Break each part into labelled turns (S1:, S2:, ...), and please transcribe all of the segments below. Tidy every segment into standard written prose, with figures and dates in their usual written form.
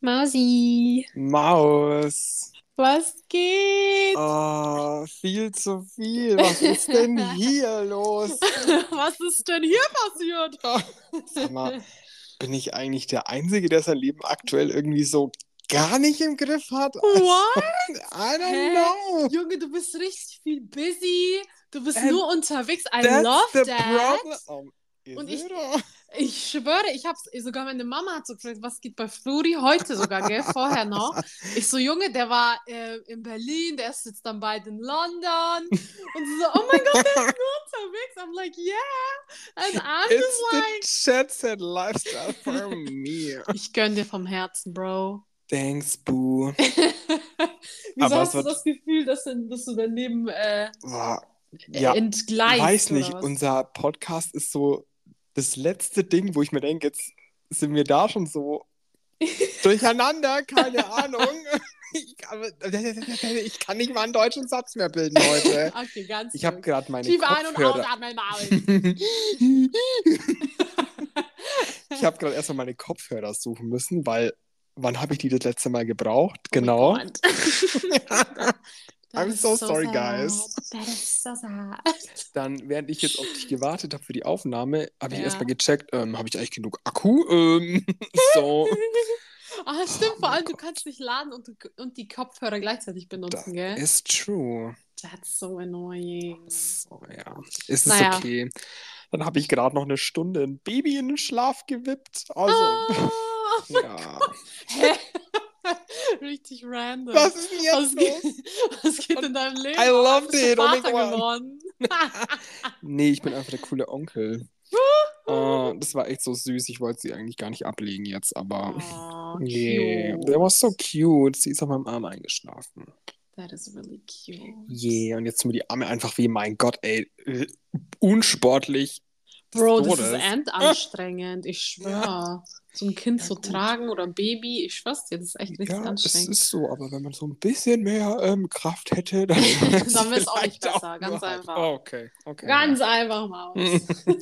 S1: Mausi,
S2: Maus.
S1: was geht?
S2: Oh, viel zu viel. Was ist denn hier los?
S1: Was ist denn hier passiert?
S2: Sag mal, bin ich eigentlich der Einzige, der sein Leben aktuell irgendwie so gar nicht im Griff hat?
S1: What?
S2: I don't know.
S1: Junge, du bist richtig viel busy. Du bist
S2: And
S1: nur unterwegs. I
S2: that's
S1: love
S2: the
S1: that.
S2: problem. Is
S1: Und
S2: it?
S1: ich schwöre, sogar meine Mama hat so gefragt, was geht bei Flori heute sogar, gell, vorher noch. Ich so, Junge, der war in Berlin, der ist jetzt dann bald in London. Und sie so, oh mein Gott, der ist nur unterwegs. I'm like, yeah. And I'm
S2: It's
S1: just
S2: the
S1: like,
S2: Jet Set Lifestyle for me.
S1: ich gönn dir vom Herzen, Bro.
S2: Thanks, Boo.
S1: Wieso
S2: Aber
S1: hast du das Gefühl, dass du dein Leben
S2: ja,
S1: entgleist,
S2: weiß
S1: oder
S2: nicht,
S1: was?
S2: unser Podcast ist so das letzte Ding, wo ich mir denke, jetzt sind wir da schon so durcheinander, keine Ahnung. Ich kann nicht mal einen deutschen Satz mehr bilden heute.
S1: Okay, ganz
S2: Ich habe
S1: ruhig.
S2: gerade meine
S1: Tief ein- und
S2: Kopfhörer.
S1: ausatmen, Maul.
S2: Ich habe gerade erstmal meine Kopfhörer suchen müssen, weil wann habe ich die das letzte Mal gebraucht?
S1: Oh mein
S2: Genau.
S1: Gott.
S2: I'm
S1: That is
S2: so sorry,
S1: sad.
S2: guys.
S1: That is so sad.
S2: Dann, während ich jetzt auf dich gewartet habe für die Aufnahme, habe ich
S1: Ja.
S2: erstmal gecheckt, habe ich eigentlich genug Akku? So.
S1: Ah, stimmt,
S2: Oh
S1: vor
S2: mein
S1: allem, du
S2: Gott.
S1: kannst nicht laden und die Kopfhörer gleichzeitig
S2: Das
S1: benutzen, gell?
S2: ist true.
S1: That's so annoying.
S2: So, ja. Ist es
S1: Naja.
S2: okay. Dann habe ich gerade noch eine Stunde ein Baby in den Schlaf gewippt. Also,
S1: Oh mein
S2: ja.
S1: Gott. Hä? Richtig random.
S2: Was ist denn jetzt los?
S1: Was geht in deinem Leben?
S2: I loved
S1: Bist du
S2: it. Oh mein
S1: Vater
S2: Gott.
S1: geworden?
S2: Nee, ich bin einfach der coole Onkel. Das war echt so süß. Ich wollte sie eigentlich gar nicht ablegen jetzt, aber
S1: Oh,
S2: yeah,
S1: cute.
S2: that was so cute. Sie ist auf meinem Arm eingeschlafen.
S1: That is really cute.
S2: Yeah, und jetzt tun mir die Arme einfach wie, mein Gott, ey, unsportlich.
S1: Bro, das
S2: Todes.
S1: ist anstrengend. Ich schwöre. So ein Kind
S2: Ja,
S1: zu
S2: gut.
S1: tragen oder ein Baby, ich schwör's dir, das ist echt richtig
S2: Ja, es
S1: anstrengend.
S2: ist so, aber wenn man so ein bisschen mehr Kraft hätte, dann
S1: Dann wäre es auch nicht
S2: vielleicht
S1: besser, ganz
S2: nur halt.
S1: einfach.
S2: Oh, okay.
S1: Ganz einfach, Maus.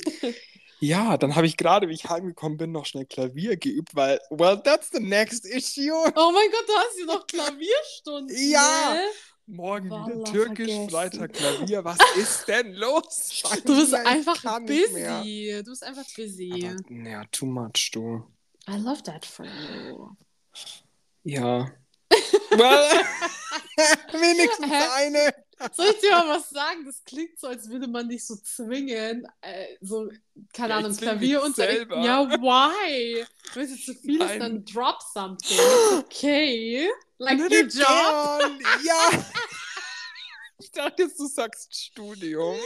S2: Ja, dann habe ich gerade, wie ich heimgekommen bin, noch schnell Klavier geübt, weil, well, that's the next issue.
S1: Oh mein Gott, du hast hier noch Klavierstunden.
S2: Ja.
S1: Ne?
S2: Morgen wieder
S1: Wallah,
S2: Türkisch,
S1: vergessen.
S2: Freitag Klavier. Was ist denn los?
S1: Du bist
S2: Ich
S1: einfach
S2: kann nicht mehr.
S1: busy. Du bist einfach busy.
S2: Aber, naja, too much, du.
S1: I love that for you.
S2: Ja. Well, wenigstens
S1: Hä?
S2: eine.
S1: Soll ich dir mal was sagen? Das klingt so, als würde man dich so zwingen. So, keine
S2: Ja, ich
S1: Ahnung,
S2: zwing mich
S1: Klavierunterricht.
S2: selber.
S1: Ja, why? Wenn es zu viel ist,
S2: Nein.
S1: dann drop something. It's okay. Like
S2: Not
S1: your
S2: again.
S1: job.
S2: Ja. Ich dachte jetzt, du sagst Studium.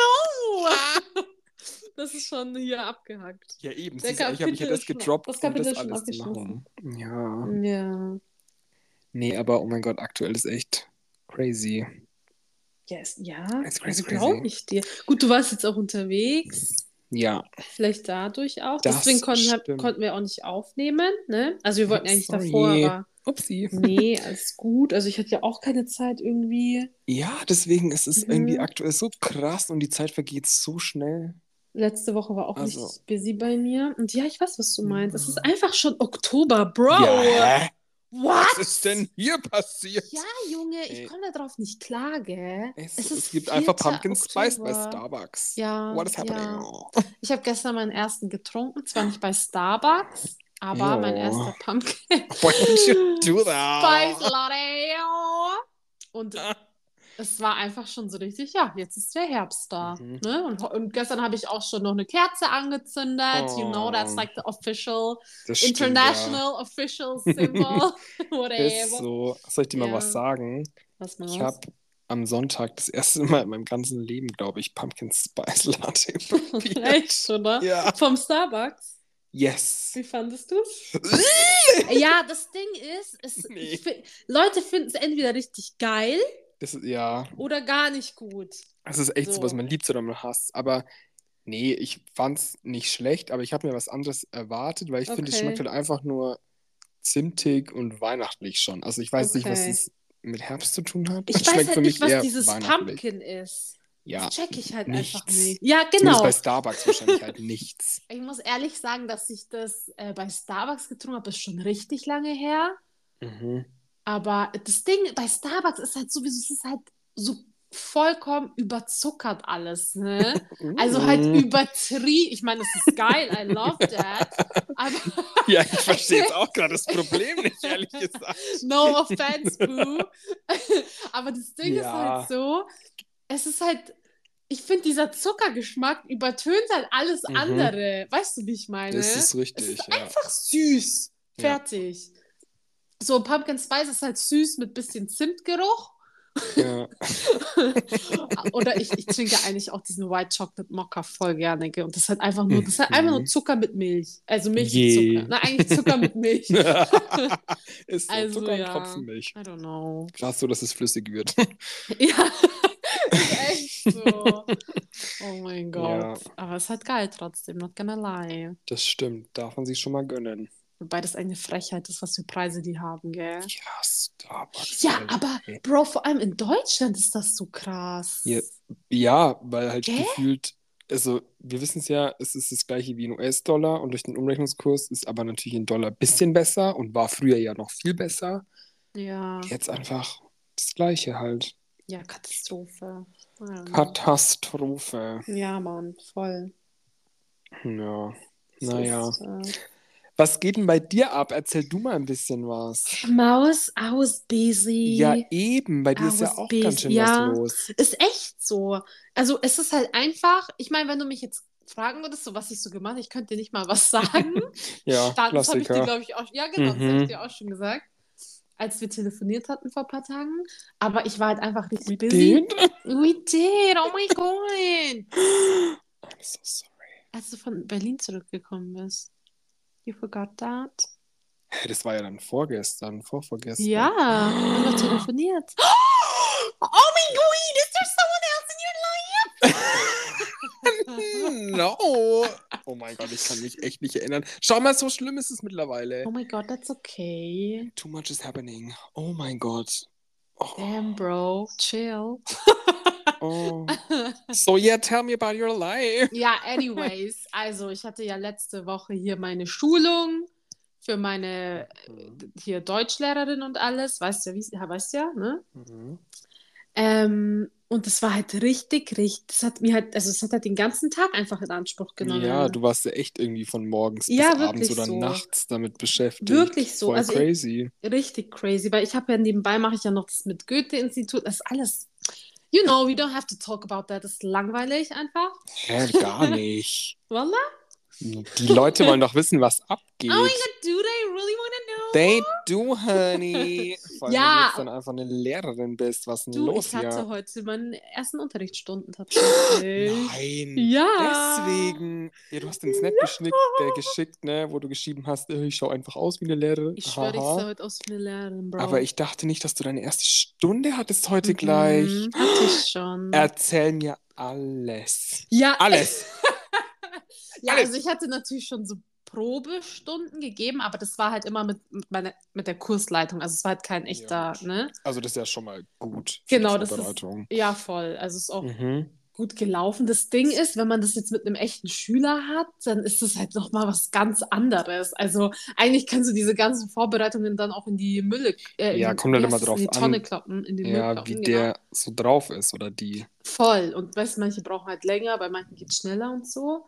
S1: No! Das ist schon hier abgehackt.
S2: Ja, eben.
S1: Der
S2: siehst du, ich habe mich ja
S1: Kapitel
S2: das
S1: ist schon-
S2: gedroppt,
S1: das
S2: um
S1: Kapitel
S2: das
S1: ist schon
S2: alles zu
S1: abgeschlossen.
S2: machen. Ja.
S1: Ja.
S2: Nee, aber oh mein Gott, aktuell ist echt crazy.
S1: Yes, ja,
S2: It's crazy,
S1: glaube
S2: crazy.
S1: ich dir. Gut, du warst jetzt auch unterwegs.
S2: Ja.
S1: Vielleicht dadurch auch.
S2: Das
S1: Deswegen
S2: stimmt.
S1: konnten wir auch nicht aufnehmen. Ne? Also wir wollten eigentlich
S2: Sorry.
S1: davor, aber
S2: Upsi.
S1: nee, alles gut. Also ich hatte ja auch keine Zeit irgendwie.
S2: Ja, deswegen ist es
S1: Mhm.
S2: irgendwie aktuell so krass und die Zeit vergeht so schnell.
S1: Letzte Woche war auch
S2: Also-
S1: richtig busy bei mir. Und ja, ich weiß, was du meinst. Es ist einfach schon Oktober, Bro.
S2: Ja, hä?
S1: What?
S2: Was ist denn hier passiert?
S1: Ja, Junge, ich
S2: Ey.
S1: komme darauf nicht klar, gell?
S2: Es gibt einfach
S1: 4.
S2: Pumpkin Spice bei
S1: Oktober.
S2: Starbucks.
S1: Ja,
S2: What is happening?
S1: ja. Ich habe gestern meinen ersten getrunken, zwar nicht bei Starbucks, aber mein
S2: Jo.
S1: erster Pumpkin
S2: Why don't you do that?
S1: Spice Latte. Und es war einfach schon so richtig, ja, jetzt ist der Herbst da.
S2: Mhm.
S1: Ne? Und gestern habe ich auch schon noch eine Kerze angezündet. You know, that's like the official,
S2: Das stimmt,
S1: international official symbol.
S2: ja.
S1: Whatever.
S2: Ist so. Soll ich dir mal
S1: Ja.
S2: was sagen?
S1: Was mal
S2: Ich
S1: was?
S2: habe am Sonntag das erste Mal in meinem ganzen Leben, glaube ich, Pumpkin Spice Latte probiert.
S1: Echt, oder?
S2: Ja.
S1: Vom Starbucks?
S2: Yes.
S1: Wie fandest du es? Ja, das Ding ist,
S2: Nee.
S1: Leute finden es entweder richtig geil
S2: Das ist, ja,
S1: oder gar nicht gut.
S2: es ist echt so,
S1: So.
S2: was man liebt oder man hasst. Aber nee, ich fand's nicht schlecht, aber ich habe mir was anderes erwartet, weil ich finde, es
S1: Okay.
S2: schmeckt halt einfach nur zimtig und weihnachtlich schon. Also ich weiß nicht, was
S1: Okay.
S2: es mit Herbst zu tun hat.
S1: Ich
S2: Es
S1: weiß
S2: schmeckt
S1: halt
S2: für
S1: nicht,
S2: mich eher
S1: was dieses
S2: weihnachtlich.
S1: Pumpkin ist.
S2: Ja,
S1: Das check ich halt einfach
S2: nichts.
S1: nicht. Ja,
S2: Zumindest
S1: genau.
S2: bei Starbucks wahrscheinlich halt nichts.
S1: Ich muss ehrlich sagen, dass ich das bei Starbucks getrunken habe, ist schon richtig lange her.
S2: Mhm.
S1: Aber das Ding bei Starbucks ist halt sowieso, es ist halt so vollkommen überzuckert alles, ne? Also halt
S2: Mhm.
S1: übertrieben. Ich meine, es ist geil, I love that. Aber
S2: Ja, ich verstehe jetzt auch gerade das Problem nicht, ehrlich gesagt.
S1: no offense, boo. Aber das Ding ist halt
S2: Ja.
S1: so, es ist halt, ich finde, dieser Zuckergeschmack übertönt halt alles
S2: Mhm.
S1: andere. Weißt du, wie ich meine?
S2: Das ist
S1: Es
S2: richtig,
S1: ist
S2: ja.
S1: einfach süß.
S2: Ja.
S1: Fertig. So, Pumpkin Spice ist halt süß mit bisschen Zimtgeruch.
S2: Ja.
S1: Oder ich trinke eigentlich auch diesen White Chocolate Mocha voll gerne. Gell? Und das ist halt einfach nur, das ist halt einfach nur Zucker mit Milch. Also Milch mit Zucker. Na, eigentlich Zucker mit Milch.
S2: Ist so,
S1: Also
S2: Zucker und
S1: ja,
S2: Tropfen Milch.
S1: I don't know.
S2: Krass so, dass es flüssig wird.
S1: Ja, ist echt so. Oh mein
S2: Ja,
S1: Gott. Aber es ist halt geil trotzdem, not gonna lie.
S2: das stimmt. Darf man sich schon mal gönnen.
S1: Wobei das eine Frechheit ist, was für Preise die haben, gell?
S2: Ja, Starbucks.
S1: Ja,
S2: Alter,
S1: aber
S2: ey.
S1: Bro, vor allem in Deutschland ist das so krass.
S2: Ja, weil halt
S1: Gell?
S2: gefühlt, also wir wissen es ja, es ist das gleiche wie in US-Dollar und durch den Umrechnungskurs ist aber natürlich in Dollar ein bisschen besser und war früher ja noch viel besser.
S1: Ja,
S2: Jetzt einfach das Gleiche halt.
S1: ja, Katastrophe. I don't know.
S2: Katastrophe.
S1: Ja, Mann, voll.
S2: Ja,
S1: So
S2: naja.
S1: ist,
S2: Was geht denn bei dir ab? Erzähl du mal ein bisschen was.
S1: Maus, I was busy.
S2: Ja, eben. Bei dir
S1: I
S2: ist ja
S1: was
S2: auch
S1: busy.
S2: ganz schön was
S1: Ja,
S2: los.
S1: ist echt so. Also es ist halt einfach, ich meine, wenn du mich jetzt fragen würdest, so was ich so gemacht habe, ich könnte dir nicht mal was sagen.
S2: Ja,
S1: Das habe ich dir,
S2: Klassiker.
S1: glaube ich, auch, ja genau, das habe ich
S2: Mhm.
S1: dir auch schon gesagt, als wir telefoniert hatten vor ein paar Tagen. Aber ich war halt einfach richtig
S2: We
S1: busy.
S2: did?
S1: We did, oh my God.
S2: I'm so sorry.
S1: Als du von Berlin zurückgekommen bist. You forgot that?
S2: Hä, das war ja dann vorgestern, vorvorgestern.
S1: Ja, haben wir telefoniert. Oh my God, is there someone else in your life?
S2: No. Oh mein Gott, ich kann mich echt nicht erinnern. Schau mal, so schlimm ist es mittlerweile.
S1: Oh my God, that's okay.
S2: Too much is happening. Oh mein Gott. Oh.
S1: Damn, bro, chill.
S2: Oh. So, yeah, tell me about your life.
S1: Ja, anyways, also ich hatte ja letzte Woche hier meine Schulung für meine hier Deutschlehrerin und alles, weißt ja, weißt ja, ne?
S2: Mhm.
S1: Und das war halt richtig, das hat mir halt, also es hat halt den ganzen Tag einfach in Anspruch genommen.
S2: Ja, du warst ja echt irgendwie von morgens bis
S1: Ja,
S2: abends
S1: wirklich
S2: oder
S1: so.
S2: nachts damit beschäftigt.
S1: Wirklich so.
S2: Voll
S1: Also
S2: crazy.
S1: richtig crazy, weil ich habe ja nebenbei mache ich ja noch das mit Goethe-Institut, das ist alles, you know, we don't have to talk about that, das ist langweilig einfach.
S2: Hä, gar nicht.
S1: Voila.
S2: Die Leute wollen doch wissen, was abgeht.
S1: Oh my God, do they really want to know?
S2: They do, honey. Vor allem, wenn du
S1: Ja,
S2: jetzt dann einfach eine Lehrerin bist. Was ist denn
S1: du,
S2: los
S1: ich hatte
S2: hier?
S1: heute meine ersten Unterrichtsstunden tatsächlich.
S2: Nein.
S1: Ja.
S2: Deswegen. Ja, du hast den Snap geschickt, ne, wo du geschrieben hast, ich schaue einfach aus wie eine Lehrerin.
S1: Ich schwöre, ich
S2: Haha.
S1: sah heute aus wie eine Lehrerin, Bro.
S2: Aber ich dachte nicht, dass du deine erste Stunde hattest heute gleich.
S1: Hatte ich schon.
S2: Erzähl mir alles.
S1: Ja.
S2: Alles.
S1: Ja,
S2: Alles.
S1: also ich hatte natürlich schon so Probestunden gegeben, aber das war halt immer mit der Kursleitung. Also es war halt kein echter,
S2: gut.
S1: ne?
S2: Also das ist ja schon mal gut für
S1: Genau,
S2: die
S1: das ist,
S2: Vorbereitung.
S1: ja, voll. Also es ist auch
S2: Mhm.
S1: gut gelaufen. Das Ding ist, wenn man das jetzt mit einem echten Schüler hat, dann ist das halt nochmal was ganz anderes. Also eigentlich kannst du diese ganzen Vorbereitungen dann auch in die Mülle,
S2: Ja, kommt halt immer drauf
S1: in die Tonne
S2: an,
S1: kloppen, in den Müll
S2: ja,
S1: kloppen,
S2: wie
S1: genau.
S2: der so drauf ist oder die.
S1: Voll. Und weißt du, manche brauchen halt länger, bei manchen geht es schneller und so.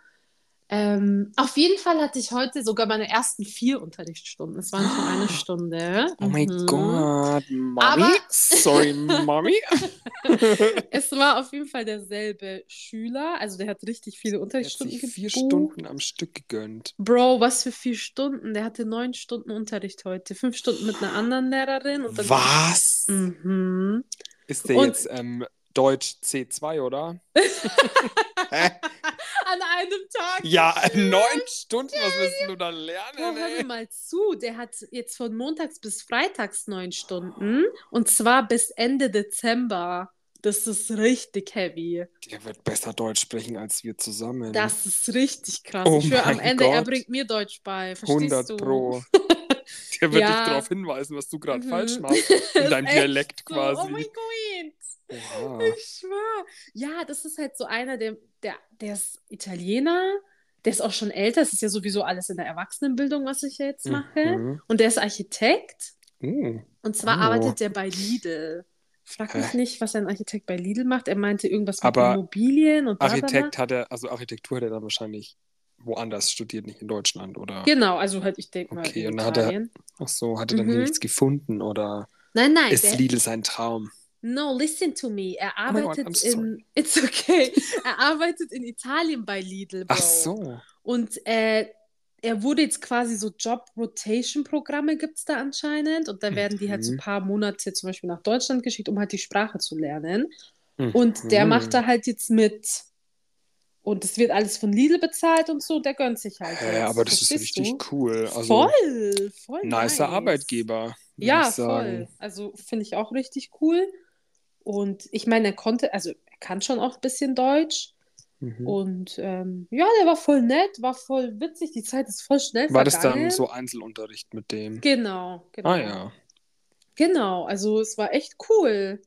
S1: Auf jeden Fall hatte ich heute sogar meine ersten 4 Unterrichtsstunden. Es war nicht nur eine Stunde.
S2: Oh mein Gott, Mommy.
S1: Aber
S2: Sorry, Mommy.
S1: es war auf jeden Fall derselbe Schüler. Also der hat richtig viele
S2: Er hat
S1: Unterrichtsstunden
S2: sich 4
S1: gebucht.
S2: Stunden am Stück gegönnt.
S1: Bro, was für 4 Stunden? Der hatte 9 Stunden Unterricht heute. 5 Stunden mit einer anderen Lehrerin. Und dann
S2: Was?
S1: Mhm.
S2: Ist der
S1: Und-
S2: jetzt Deutsch C2, oder? Hä?
S1: An einem Tag.
S2: Ja, 9 Stunden, was willst du da
S1: Bro,
S2: lernen,
S1: hör mir
S2: ey?
S1: mal zu. Der hat jetzt von montags bis freitags 9 Stunden. Und zwar bis Ende Dezember. Das ist richtig heavy.
S2: Der wird besser Deutsch sprechen als wir zusammen.
S1: Das ist richtig krass.
S2: Oh
S1: Ich schwöre, am
S2: mein
S1: Ende, er
S2: Gott.
S1: bringt mir Deutsch bei. Verstehst
S2: 100
S1: du?
S2: Pro. Der wird
S1: Ja.
S2: dich darauf hinweisen, was du gerade
S1: Mhm.
S2: falsch machst. In
S1: Ist
S2: deinem
S1: echt
S2: Dialekt
S1: so.
S2: quasi.
S1: Oh mein Gott.
S2: Oha.
S1: Ich schwöre. Ja, das ist halt so einer, der ist Italiener, der ist auch schon älter. Das ist ja sowieso alles in der Erwachsenenbildung, was ich ja jetzt mache.
S2: Mhm.
S1: Und der ist Architekt.
S2: Oh.
S1: Und zwar arbeitet der bei Lidl. Frag mich
S2: Hä?
S1: nicht, was ein Architekt bei Lidl macht. Er meinte irgendwas mit
S2: Aber
S1: Immobilien und bla bla bla.
S2: also Architektur hat er dann wahrscheinlich woanders studiert, nicht in Deutschland, oder?
S1: Genau, also halt, ich denke mal
S2: Okay,
S1: in
S2: und dann hat er,
S1: Italien.
S2: hat er dann hier
S1: Mhm.
S2: nichts gefunden, oder
S1: Nein,
S2: ist Lidl sein Traum?
S1: no, listen to me. Er
S2: Oh mein Gott, I'm
S1: arbeitet
S2: sorry.
S1: it's okay. Er arbeitet in Italien bei Lidl, Bro.
S2: Ach so.
S1: Und er wurde jetzt quasi so Job-Rotation-Programme gibt es da anscheinend. Und da werden die halt so ein
S2: Mhm.
S1: paar Monate zum Beispiel nach Deutschland geschickt, um halt die Sprache zu lernen. Und der macht
S2: Mhm.
S1: da halt jetzt mit. Und es wird alles von Lidl bezahlt und so. Der gönnt sich halt
S2: Hä,
S1: jetzt.
S2: aber das ist
S1: Verstehst
S2: richtig
S1: du?
S2: cool. Also,
S1: Voll nice.
S2: nicer Arbeitgeber, würde
S1: Ja,
S2: ich sagen.
S1: voll. Also finde ich auch richtig cool. Und ich meine, er kann schon auch ein bisschen Deutsch.
S2: Mhm.
S1: Und ja, der war voll nett, war voll witzig. Die Zeit ist voll schnell
S2: War das dann
S1: vergangen.
S2: so Einzelunterricht mit dem?
S1: Genau.
S2: Ah ja.
S1: Genau, also es war echt cool.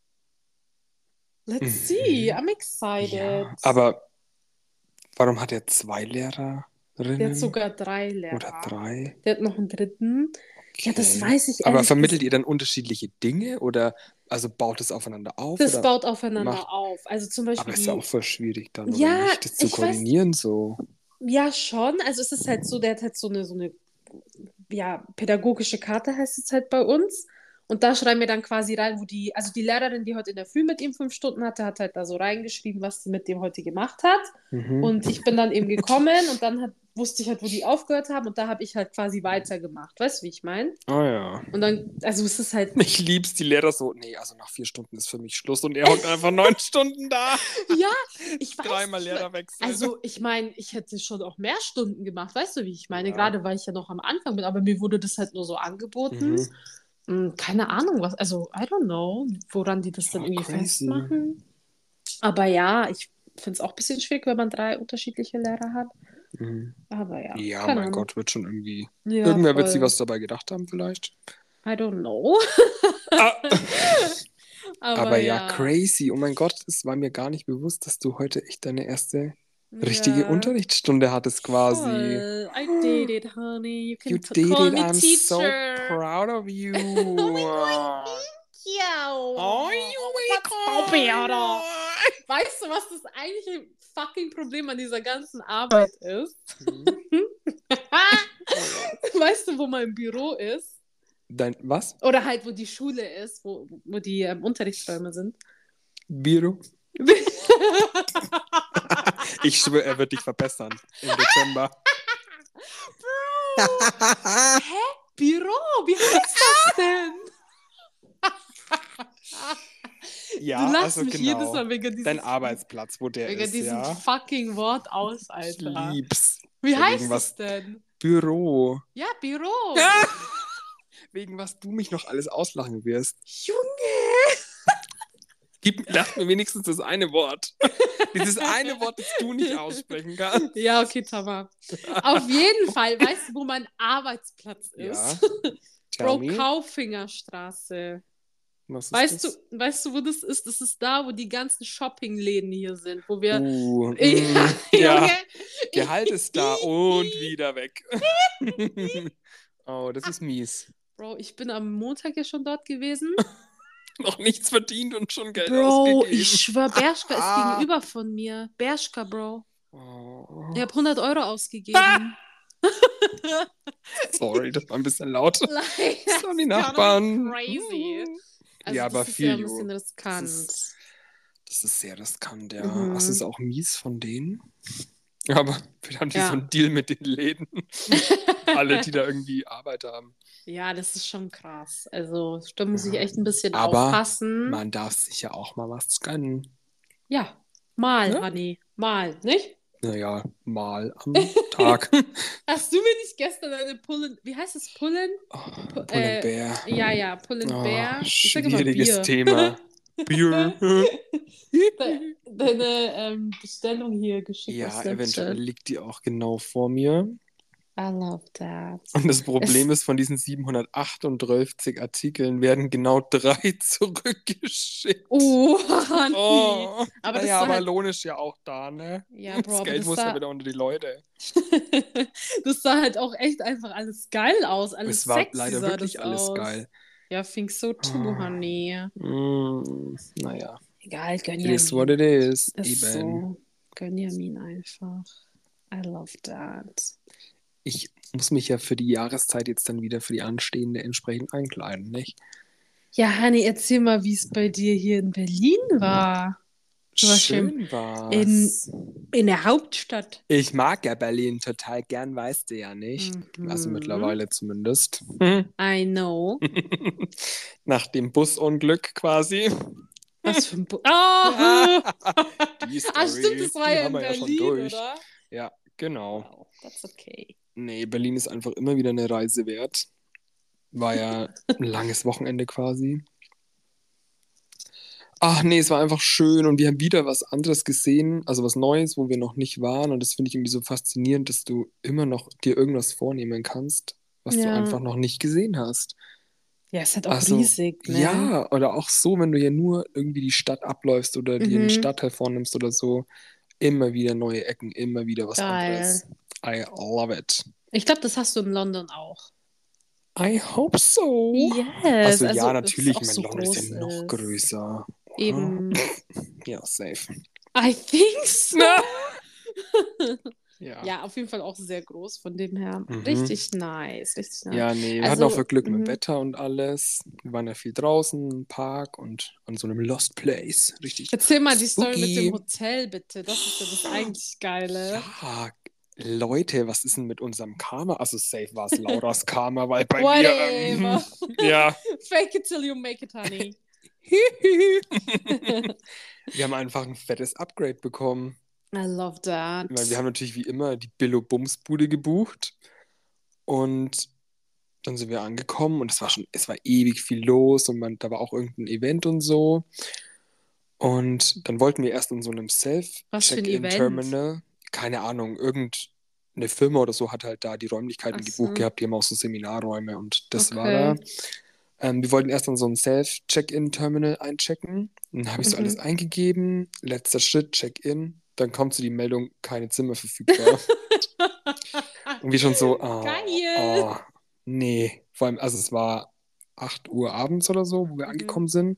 S1: Let's see,
S2: Mhm.
S1: I'm excited.
S2: Ja, aber warum hat er 2
S1: Der hat
S2: Lehrerinnen
S1: sogar 3
S2: oder
S1: Lehrer.
S2: 3?
S1: Der hat noch einen dritten. Ja, das
S2: Okay.
S1: weiß ich
S2: Aber
S1: ehrlich
S2: vermittelt
S1: gesagt.
S2: ihr dann unterschiedliche Dinge oder also baut es aufeinander auf
S1: Das
S2: oder
S1: baut
S2: macht.
S1: aufeinander auf. Also zum
S2: Aber
S1: Beispiel
S2: ist ja auch voll schwierig dann, oder
S1: Ja,
S2: nicht, das zu
S1: ich weiß,
S2: koordinieren so.
S1: ja schon. Also es ist halt so, der hat halt so eine ja, pädagogische Karte heißt es halt bei uns. Und da schreiben wir dann quasi rein, also die Lehrerin, die heute in der Früh mit ihm 5 Stunden hatte, hat halt da so reingeschrieben, was sie mit dem heute gemacht hat.
S2: Mhm.
S1: Und ich bin dann eben gekommen und dann wusste ich halt, wo die aufgehört haben und da habe ich halt quasi weitergemacht. Weißt du, wie ich meine?
S2: Ah ja.
S1: Und dann, also es ist halt,
S2: Ich lieb's, die Lehrer so, nee, also nach 4 Stunden ist für mich Schluss und er hockt einfach 9 Stunden da.
S1: ja, ich weiß
S2: 3-mal
S1: nicht,
S2: Lehrerwechsel.
S1: also ich meine, ich hätte schon auch mehr Stunden gemacht, weißt du, wie ich meine?
S2: Ja.
S1: Gerade weil ich ja noch am Anfang bin, aber mir wurde das halt nur so angeboten.
S2: Mhm.
S1: Keine Ahnung, was, also I don't know, woran die das dann
S2: Ja,
S1: irgendwie
S2: crazy.
S1: festmachen. Aber ja, ich finde es auch ein bisschen schwierig, wenn man 3 unterschiedliche Lehrer hat.
S2: Mhm.
S1: Aber ja,
S2: Ja,
S1: keine
S2: mein
S1: Ahnung.
S2: Gott, wird schon irgendwie.
S1: Ja,
S2: Irgendwer wird sich
S1: voll.
S2: was dabei gedacht haben, vielleicht.
S1: I don't know.
S2: Ah.
S1: Aber
S2: Aber ja,
S1: ja.
S2: crazy. Oh mein Gott, es war mir gar nicht bewusst, dass du heute echt deine erste richtige
S1: Ja,
S2: Unterrichtsstunde hattest, quasi.
S1: voll. I did it, honey. You
S2: You
S1: can
S2: did
S1: call
S2: it.
S1: me
S2: I'm so
S1: teacher.
S2: proud of you.
S1: Oh mein Gott, thank you.
S2: Oh, you
S1: Stop it, Alter. Weißt du, was das eigentliche fucking Problem an dieser ganzen Arbeit ist? Weißt du, wo mein Büro ist?
S2: Dein, was?
S1: Oder halt, wo die Schule ist, wo die Unterrichtsräume sind?
S2: Biro? Ich schwöre, er wird dich verbessern im Dezember.
S1: Bro! Hä? Büro? Wie heißt das denn?
S2: Ja,
S1: Du lachst
S2: also
S1: mich
S2: genau.
S1: jedes Mal wegen dieses,
S2: Dein Arbeitsplatz, wo der
S1: wegen
S2: ist,
S1: diesem
S2: ja.
S1: fucking Wort aus,
S2: Ich
S1: Alter.
S2: lieb's.
S1: Wie
S2: Wegen
S1: heißt
S2: was-
S1: es denn?
S2: Büro.
S1: Ja, Büro.
S2: Wegen was du mich noch alles auslachen wirst.
S1: Junge!
S2: Lass mir wenigstens das eine Wort. Dieses eine Wort, das du nicht aussprechen kannst.
S1: Ja, okay, Tamar. Auf jeden Fall, weißt du, wo mein Arbeitsplatz ist?
S2: Ja. Tell
S1: Bro,
S2: me.
S1: Kaufingerstraße.
S2: Was ist
S1: Weißt
S2: das?
S1: du, wo das ist? Das ist da, wo die ganzen Shoppingläden hier sind, wo wir.
S2: Ja,
S1: Junge,
S2: Gehalt ist da und wieder weg. Oh, das ist mies.
S1: Bro, ich bin am Montag ja schon dort gewesen.
S2: Noch nichts verdient und schon Geld
S1: Bro,
S2: ausgegeben.
S1: ich schwör, Bershka ist
S2: Ah.
S1: gegenüber von mir. Bershka, Bro.
S2: Oh,
S1: Ich habe 100 Euro ausgegeben.
S2: sorry, das war ein bisschen laut.
S1: Leider.
S2: Das waren die
S1: It's
S2: Nachbarn.
S1: gonna be crazy. Also
S2: Ja,
S1: das
S2: aber
S1: ist
S2: viel,
S1: ja ein
S2: Jo.
S1: bisschen riskant.
S2: Das ist sehr riskant, ja.
S1: Mhm.
S2: Das ist auch mies von denen. Aber wir haben
S1: Ja.
S2: so einen Deal mit den Läden. Alle, die da irgendwie Arbeit haben.
S1: Ja, das ist schon krass. Also, da muss ich echt ein bisschen
S2: Aber
S1: aufpassen.
S2: man darf sich ja auch mal was gönnen.
S1: Ja, mal,
S2: Ne?
S1: Honey. Mal, nicht?
S2: Naja, mal am Tag.
S1: Hast du mir nicht gestern eine Pullen... Wie heißt es? Pullen?
S2: Oh, Pull&Bear.
S1: Ja, Pullen
S2: Oh,
S1: Bear. Ich sag immer
S2: schwieriges
S1: Bier.
S2: Thema. Bier.
S1: Deine Bestellung hier geschickt auf
S2: Ja,
S1: Snapchat.
S2: eventuell liegt die auch genau vor mir.
S1: I love that.
S2: Und das Problem ist, von diesen 738 Artikeln werden genau 3 zurückgeschickt.
S1: Oh, nee.
S2: Oh,
S1: Aber das
S2: naja,
S1: sah
S2: aber
S1: halt,
S2: Lohn ist ja auch da, ne?
S1: ja, Bro,
S2: Das
S1: aber
S2: Geld
S1: das
S2: muss ja
S1: sah,
S2: wieder unter die Leute.
S1: das sah halt auch echt einfach alles geil aus.
S2: Es
S1: Alles
S2: war
S1: sexy
S2: leider
S1: sah das
S2: wirklich alles
S1: aus.
S2: geil.
S1: Ja, think so too, honey.
S2: Naja,
S1: Egal,
S2: it is what
S1: Gönjamin.
S2: it is.
S1: Ist
S2: Eben.
S1: so. Gönjamin einfach. I love that.
S2: Ich muss mich ja für die Jahreszeit jetzt dann wieder für die anstehende entsprechend einkleiden, nicht?
S1: Ja, Honey, erzähl mal, wie es bei dir hier in Berlin war. Du warst ja
S2: Schön
S1: in,
S2: war's.
S1: in der Hauptstadt.
S2: Ich mag ja Berlin total gern, weißt du ja nicht. Also
S1: Mhm.
S2: mittlerweile zumindest.
S1: I know.
S2: Nach dem Busunglück quasi.
S1: Was für ein Ah!
S2: Die
S1: Ah, stimmt,
S2: Story,
S1: das war
S2: die
S1: ja
S2: haben
S1: in
S2: wir ja schon
S1: Berlin,
S2: durch.
S1: oder?
S2: Ja, genau.
S1: Wow, that's okay.
S2: Nee, Berlin ist einfach immer wieder eine Reise wert. War ja ein langes Wochenende quasi. Ach nee, es war einfach schön und wir haben wieder was anderes gesehen, also was Neues, wo wir noch nicht waren. Und das finde ich irgendwie so faszinierend, dass du immer noch dir irgendwas vornehmen kannst, was du
S1: Ja.
S2: einfach noch nicht gesehen hast.
S1: Ja, es hat auch
S2: Also,
S1: riesig, ne?
S2: ja, oder auch so, wenn du ja nur irgendwie die Stadt abläufst oder dir einen
S1: Mhm.
S2: Stadtteil vornimmst oder so, immer wieder neue Ecken, immer wieder was
S1: Geil.
S2: anderes. I love it.
S1: Ich glaube, das hast du in London auch.
S2: I hope so.
S1: Yes,
S2: Also ja,
S1: also es ist
S2: natürlich,
S1: auch
S2: ich meine,
S1: so
S2: London ist ja
S1: groß
S2: noch
S1: ist.
S2: größer, oder?
S1: Eben.
S2: Ja, safe.
S1: I think so.
S2: Ja.
S1: Ja, auf jeden Fall auch sehr groß, von dem her.
S2: Mhm.
S1: Richtig nice, richtig nice.
S2: Ja, nee, wir hatten auch
S1: Also,
S2: Glück mit dem Wetter und alles. Wir waren ja viel draußen im Park und an so einem Lost Place. Richtig
S1: erzähl mal die Story mit dem
S2: spooky.
S1: Hotel, bitte. Das ist ja das eigentlich Geile.
S2: Ja, Leute, was ist denn mit unserem Karma? Also safe war es Lauras Karma, weil bei
S1: Whatever.
S2: mir, ja.
S1: Fake it till you make it, honey.
S2: Wir haben einfach ein fettes Upgrade bekommen.
S1: I love that.
S2: Weil wir haben natürlich wie immer die Billo-Bums-Bude gebucht. Und dann sind wir angekommen und es war ewig viel los und da war auch irgendein Event und so. Und dann wollten wir erst in so einem
S1: Was für ein Event?
S2: Self-Check-In-Terminal, keine Ahnung, irgendeine Firma oder so hat halt da die Räumlichkeiten
S1: Ach
S2: gebucht
S1: so.
S2: gehabt, die haben auch so Seminarräume und das war
S1: Okay.
S2: da. Wir wollten erst in so ein Self-Check-In-Terminal einchecken. Dann habe ich so alles eingegeben, letzter Schritt, Check-In. Dann kommt so die Meldung, keine Zimmer verfügbar. Und wir schon so,
S1: Geil.
S2: nee. Vor allem, also es war 8 Uhr abends oder so, wo wir angekommen sind.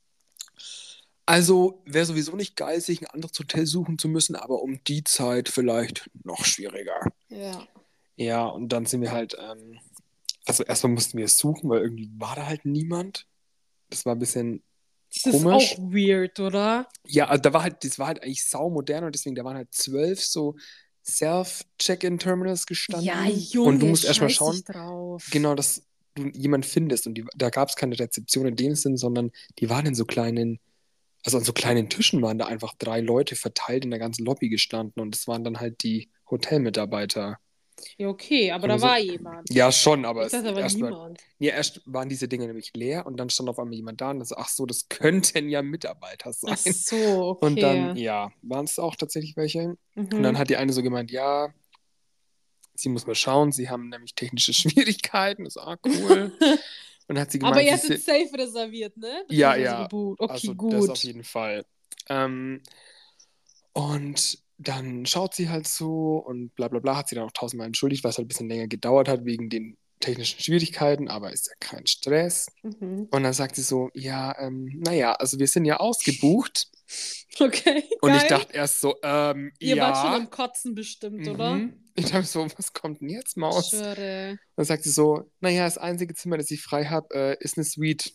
S2: Also wäre sowieso nicht geil, sich ein anderes Hotel suchen zu müssen, aber um die Zeit vielleicht noch schwieriger.
S1: Ja.
S2: Ja, und dann sind wir halt, also erstmal mussten wir es suchen, weil irgendwie war da halt niemand. Das war ein bisschen
S1: Das ist
S2: komisch.
S1: auch weird, oder?
S2: Ja, also das war halt eigentlich saumodern und deswegen, da waren halt 12 so Self-Check-In-Terminals gestanden.
S1: Ja, Junge,
S2: und du musst erstmal
S1: scheiß
S2: schauen,
S1: dich drauf.
S2: genau, dass du jemanden findest. Und da gab es keine Rezeption in dem Sinn, sondern die waren in so kleinen, also an so kleinen Tischen waren da einfach 3 Leute verteilt in der ganzen Lobby gestanden und das waren dann halt die Hotelmitarbeiter.
S1: Ja, okay, aber
S2: Und
S1: da
S2: so,
S1: war jemand.
S2: ja, schon, aber
S1: Ich dachte, da war niemand.
S2: erst waren diese Dinge nämlich leer und dann stand auf einmal jemand da und so, ach so, das könnten ja Mitarbeiter sein.
S1: Ach so,
S2: Und dann,
S1: okay.
S2: ja, waren es auch tatsächlich welche. Und
S1: Mhm.
S2: dann hat die eine so gemeint, ja, sie muss mal schauen, sie haben nämlich technische Schwierigkeiten. Das ist cool. Und dann hat sie gemeint,
S1: Aber ihr
S2: sie
S1: hattet safe reserviert, ne?
S2: ja,
S1: Beziehungsweise
S2: ja,
S1: gebucht. Okay,
S2: also das
S1: gut.
S2: auf jeden Fall. Und dann schaut sie halt so und bla bla bla, hat sie dann auch 1000-mal entschuldigt, weil es halt ein bisschen länger gedauert hat wegen den technischen Schwierigkeiten, aber ist ja kein Stress.
S1: Mhm.
S2: Und dann sagt sie so, ja, naja, also wir sind ja ausgebucht.
S1: Okay,
S2: Und ich
S1: geil.
S2: dachte erst so,
S1: Ihr wart schon
S2: ja.
S1: am Kotzen bestimmt, oder?
S2: Ich dachte so, was kommt denn jetzt, Maus?
S1: Schwöre.
S2: Dann sagt sie so, naja, das einzige Zimmer, das ich frei habe, ist eine Suite.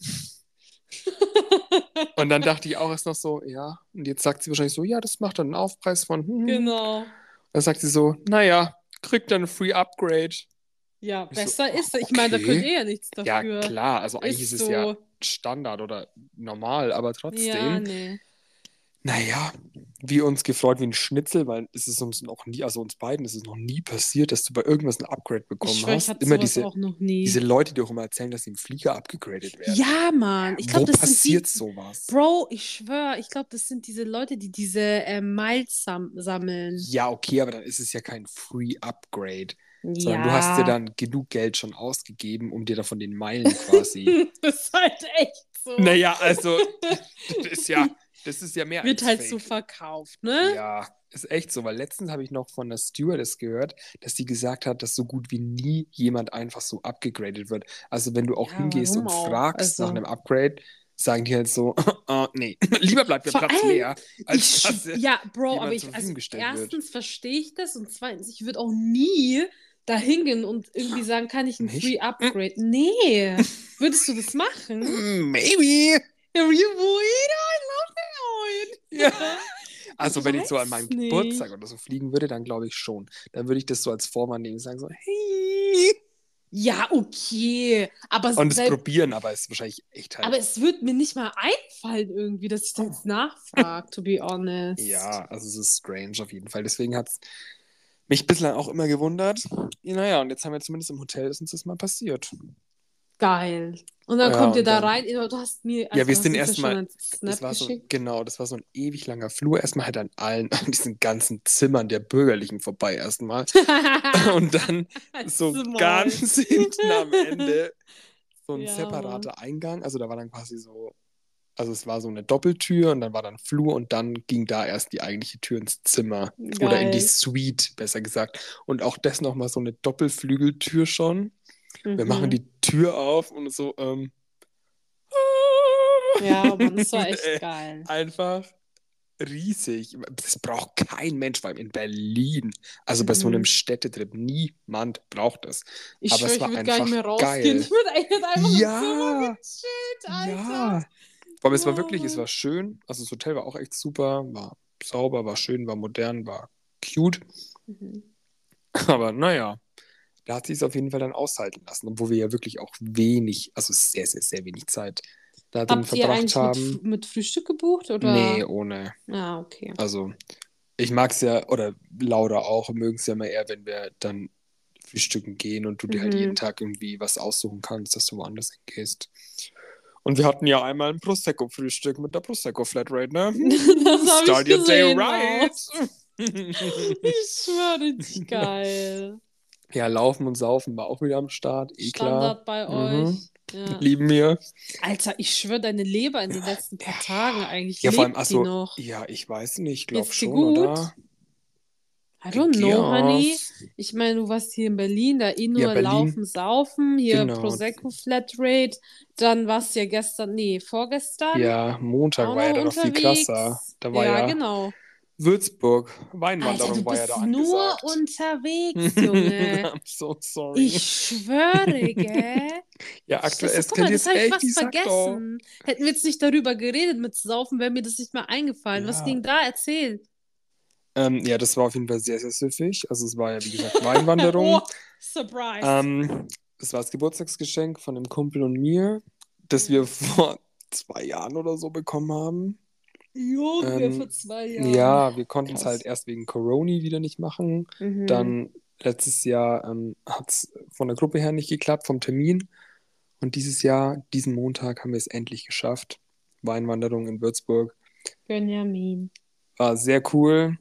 S2: Und dann dachte ich auch erst noch so, ja. Und jetzt sagt sie wahrscheinlich so, ja, das macht dann einen Aufpreis von.
S1: Genau.
S2: Dann sagt sie so, naja, kriegt dann ein Free Upgrade.
S1: Ja,
S2: Ich so,
S1: besser ist es. Ich meine, da
S2: okay.
S1: könnt ihr ja nichts
S2: Ja,
S1: dafür.
S2: klar, also eigentlich
S1: Ist
S2: ist es
S1: so.
S2: ja Standard oder normal, aber
S1: Ja,
S2: trotzdem.
S1: nee.
S2: Naja, wir uns gefreut wie ein Schnitzel, weil es ist uns noch nie, also uns beiden ist es noch nie passiert, dass du bei irgendwas ein Upgrade
S1: Ich
S2: bekommen
S1: schwöre, ich
S2: hast.
S1: hatte
S2: Immer
S1: sowas auch noch nie.
S2: diese Leute, die auch immer erzählen, dass sie im Flieger abgegradet werden.
S1: Ja, Mann. Ich glaube,
S2: Wo
S1: das
S2: passiert
S1: sind die.
S2: sowas?
S1: Bro, ich schwöre, ich glaube, das sind diese Leute, die diese Miles sammeln.
S2: Ja, okay, aber dann ist es ja kein Free Upgrade. sondern du hast dir
S1: Ja.
S2: dann genug Geld schon ausgegeben, um dir davon den Meilen quasi.
S1: Das ist halt echt so.
S2: Naja, also, das ist ja mehr
S1: Wird
S2: als
S1: halt so
S2: fake.
S1: verkauft, ne?
S2: Ja, ist echt so, weil letztens habe ich noch von der Stewardess gehört, dass sie gesagt hat, dass so gut wie nie jemand einfach so abgegradet wird. Also wenn du auch
S1: Ja,
S2: hingehst
S1: warum
S2: und
S1: auch?
S2: fragst nach
S1: Also,
S2: einem Upgrade, sagen die halt so, nee, lieber bleibt der
S1: vor
S2: Platz
S1: allem,
S2: leer, als dass
S1: ja, Bro, aber
S2: jemand zur
S1: also
S2: Verfügung gestellt wird.
S1: erstens verstehe ich das und zweitens, ich würde auch nie da hingehen und irgendwie sagen, kann ich ein Free
S2: Nicht?
S1: Upgrade? Nee. Würdest du das machen?
S2: Maybe.
S1: Ja, you would? I love
S2: Ja.
S1: it.
S2: Also
S1: Ich
S2: wenn ich so an
S1: weiß
S2: meinem Geburtstag
S1: nicht.
S2: oder so fliegen würde, dann glaube ich schon. Dann würde ich das so als Vorwand nehmen und sagen so, hey.
S1: Ja, okay.
S2: Und es probieren, aber es ist wahrscheinlich echt
S1: Aber
S2: halt.
S1: es wird mir nicht mal einfallen irgendwie, dass ich da jetzt nachfrage, to be honest.
S2: Ja, also es ist strange auf jeden Fall. Deswegen hat es mich bislang auch immer gewundert. Naja, und jetzt haben wir zumindest im Hotel, ist uns das mal passiert.
S1: Geil. Und dann
S2: Ja,
S1: kommt ihr
S2: und
S1: da
S2: dann,
S1: rein. Du hast mir,
S2: ja,
S1: also
S2: wir
S1: du hast
S2: sind
S1: uns ja schon
S2: erstmal,
S1: einen
S2: das
S1: Snap
S2: war so,
S1: geschickt.
S2: genau, das war so ein ewig langer Flur. Erstmal halt an diesen ganzen Zimmern der Bürgerlichen vorbei erstmal. Und dann so
S1: Small.
S2: ganz hinten am Ende so ein
S1: Ja, Mann.
S2: separater Eingang. Also da war dann quasi so, also es war so eine Doppeltür und dann war dann Flur und dann ging da erst die eigentliche Tür ins Zimmer oder in die
S1: Geil.
S2: Suite, besser gesagt. Und auch das nochmal so eine Doppelflügeltür schon. Wir machen
S1: Mhm.
S2: die Tür auf und so,
S1: Ja, Mann, das war echt
S2: Ey,
S1: geil.
S2: einfach riesig. Das braucht kein Mensch, vor allem in Berlin. Also bei so einem
S1: Mhm.
S2: Städtetrip. Niemand braucht es.
S1: Ich
S2: Aber
S1: schwöre,
S2: es
S1: ich
S2: war
S1: würde gar nicht
S2: einfach
S1: mehr rausgehen.
S2: geil.
S1: Ich würde einfach im Zimmer
S2: Ja,
S1: gechillt, Alter.
S2: ja. Vor allem, es war wirklich, es
S1: Oh.
S2: war schön. Also das Hotel war auch echt super, war sauber, war schön, war modern, war cute.
S1: Mhm.
S2: Aber naja, da hat sie es auf jeden Fall dann aushalten lassen, obwohl wir ja wirklich auch wenig, also sehr, sehr, sehr wenig Zeit da drin
S1: Habt ihr
S2: verbracht
S1: eigentlich
S2: haben.
S1: mit Frühstück gebucht
S2: Nee,
S1: oder?
S2: ohne.
S1: Ah, okay.
S2: Also ich mag es ja, oder Laura auch, mögen es ja immer eher, wenn wir dann frühstücken gehen und du dir halt jeden
S1: Mhm.
S2: Tag irgendwie was aussuchen kannst, dass du woanders hingehst. Und wir hatten ja einmal ein Prosecco-Frühstück mit der Prosecco-Flatrate, ne?
S1: Das habe ich
S2: Start your day
S1: gesehen,
S2: right.
S1: Maus. Ich schwöre, richtig geil.
S2: Ja, Laufen und Saufen war auch wieder am Start, eh klar.
S1: Standard bei
S2: Mhm.
S1: euch. Ja.
S2: Lieben wir.
S1: Alter, ich schwöre, deine Leber in den letzten paar Tagen eigentlich
S2: Ja, vor allem,
S1: lebt die
S2: also,
S1: noch.
S2: ja, ich weiß nicht, ich glaube
S1: Geht's dir
S2: schon,
S1: gut?
S2: oder?
S1: I
S2: I
S1: don't know, honey.
S2: guess.
S1: Ich meine, du warst hier in Berlin, da eh
S2: Ja,
S1: nur
S2: Berlin,
S1: laufen, saufen, hier
S2: genau.
S1: Prosecco Flatrate. Dann warst du ja gestern, nee, vorgestern
S2: Ja, Montag
S1: auch
S2: war
S1: noch
S2: ja dann noch viel krasser.
S1: unterwegs.
S2: Da war
S1: Ja,
S2: ja
S1: genau.
S2: Würzburg,
S1: Alter, du
S2: Weinwanderung war ja da
S1: bist nur
S2: angesagt.
S1: unterwegs, Junge.
S2: I'm so sorry.
S1: Ich schwöre, gell?
S2: Ja, aktuell
S1: Guck mal,
S2: eskaliert
S1: das
S2: es
S1: habe ich
S2: echt,
S1: fast
S2: ich sag doch.
S1: vergessen. Hätten wir jetzt nicht darüber geredet mit Saufen, wäre mir das nicht mehr eingefallen. Was
S2: Ja.
S1: ging da? Erzähl.
S2: Ja, das war auf jeden Fall sehr, sehr süffig. Also es war ja, wie gesagt,
S1: Oh,
S2: Weinwanderung.
S1: Surprise.
S2: Das war das Geburtstagsgeschenk von einem Kumpel und mir, das wir vor 2 Jahren oder so bekommen haben.
S1: Junge, vor
S2: Ähm,
S1: 2 Jahren.
S2: ja, wir konnten es halt
S1: Krass.
S2: erst wegen Corona wieder nicht machen.
S1: Mhm.
S2: Dann letztes Jahr hat es von der Gruppe her nicht geklappt, vom Termin. Und dieses Jahr, diesen Montag, haben wir es endlich geschafft. Weinwanderung in Würzburg.
S1: Benjamin.
S2: War sehr cool,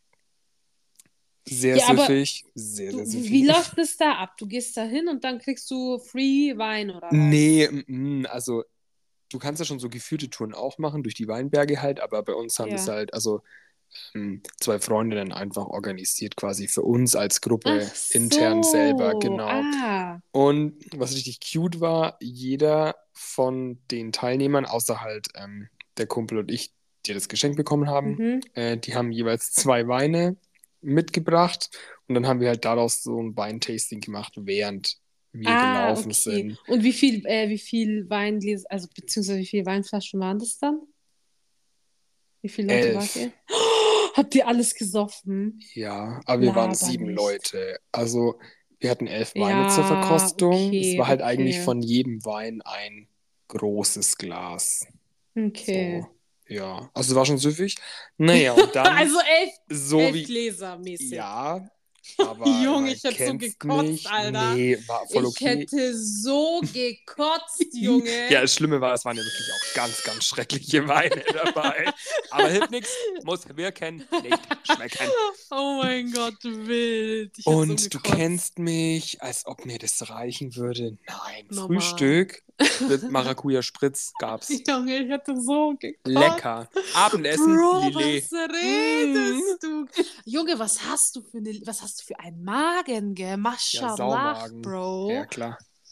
S2: sehr
S1: Ja, aber
S2: süffig, sehr, sehr
S1: wie
S2: süffig.
S1: läuft es da ab? Du gehst da hin und dann kriegst du Free Wein oder was?
S2: Nee, also du kannst ja schon so geführte Touren auch machen, durch die Weinberge halt, aber bei uns haben das
S1: Ja.
S2: halt, also 2 Freundinnen einfach organisiert, quasi für uns als
S1: Ach
S2: Gruppe intern selber,
S1: so.
S2: genau.
S1: Ah.
S2: Und was richtig cute war, jeder von den Teilnehmern, außer halt der Kumpel und ich, die das Geschenk bekommen haben,
S1: Mhm.
S2: die haben jeweils 2 Weine mitgebracht und dann haben wir halt daraus so ein Weintasting gemacht, während wir
S1: Ah,
S2: gelaufen
S1: okay.
S2: sind.
S1: Und wie viel Weingläser, also beziehungsweise wie viele Weinflaschen waren das dann? Wie viele Leute wart
S2: 11.
S1: ihr? Oh, habt ihr alles gesoffen?
S2: Ja, aber wir waren
S1: Laber
S2: 7
S1: nicht.
S2: Leute. Also wir hatten 11 Weine zur
S1: Ja,
S2: Verkostung. Es
S1: okay,
S2: war halt eigentlich
S1: okay.
S2: von jedem Wein ein großes Glas.
S1: Okay.
S2: So, ja. Also es war schon süffig. Naja, und dann,
S1: Also elf,
S2: so
S1: elf
S2: wie,
S1: Gläser mäßig.
S2: ja, Aber
S1: Junge, ich
S2: man
S1: hätte so
S2: kennst
S1: gekotzt,
S2: mich.
S1: Alter.
S2: Nee, war voll
S1: Ich
S2: okay.
S1: hätte so gekotzt, Junge.
S2: Ja, das Schlimme war, es waren ja wirklich auch ganz, ganz schreckliche Weine dabei. Aber hilft nichts, muss wirken, nicht schmecken.
S1: Oh mein Gott, wild. Ich hätte so
S2: Und du
S1: gekotzt.
S2: kennst mich, als ob mir das reichen würde. Nein,
S1: Normal.
S2: Frühstück mit Maracuja-Spritz gab's.
S1: Junge, ich hätte so gekotzt.
S2: Lecker. Abendessen,
S1: Bro,
S2: Lillet.
S1: was redest du? Junge, was hast du für einen Magen, gell?
S2: Ja,
S1: Maschallah,
S2: Saumagen.
S1: Bro.
S2: Ja, klar.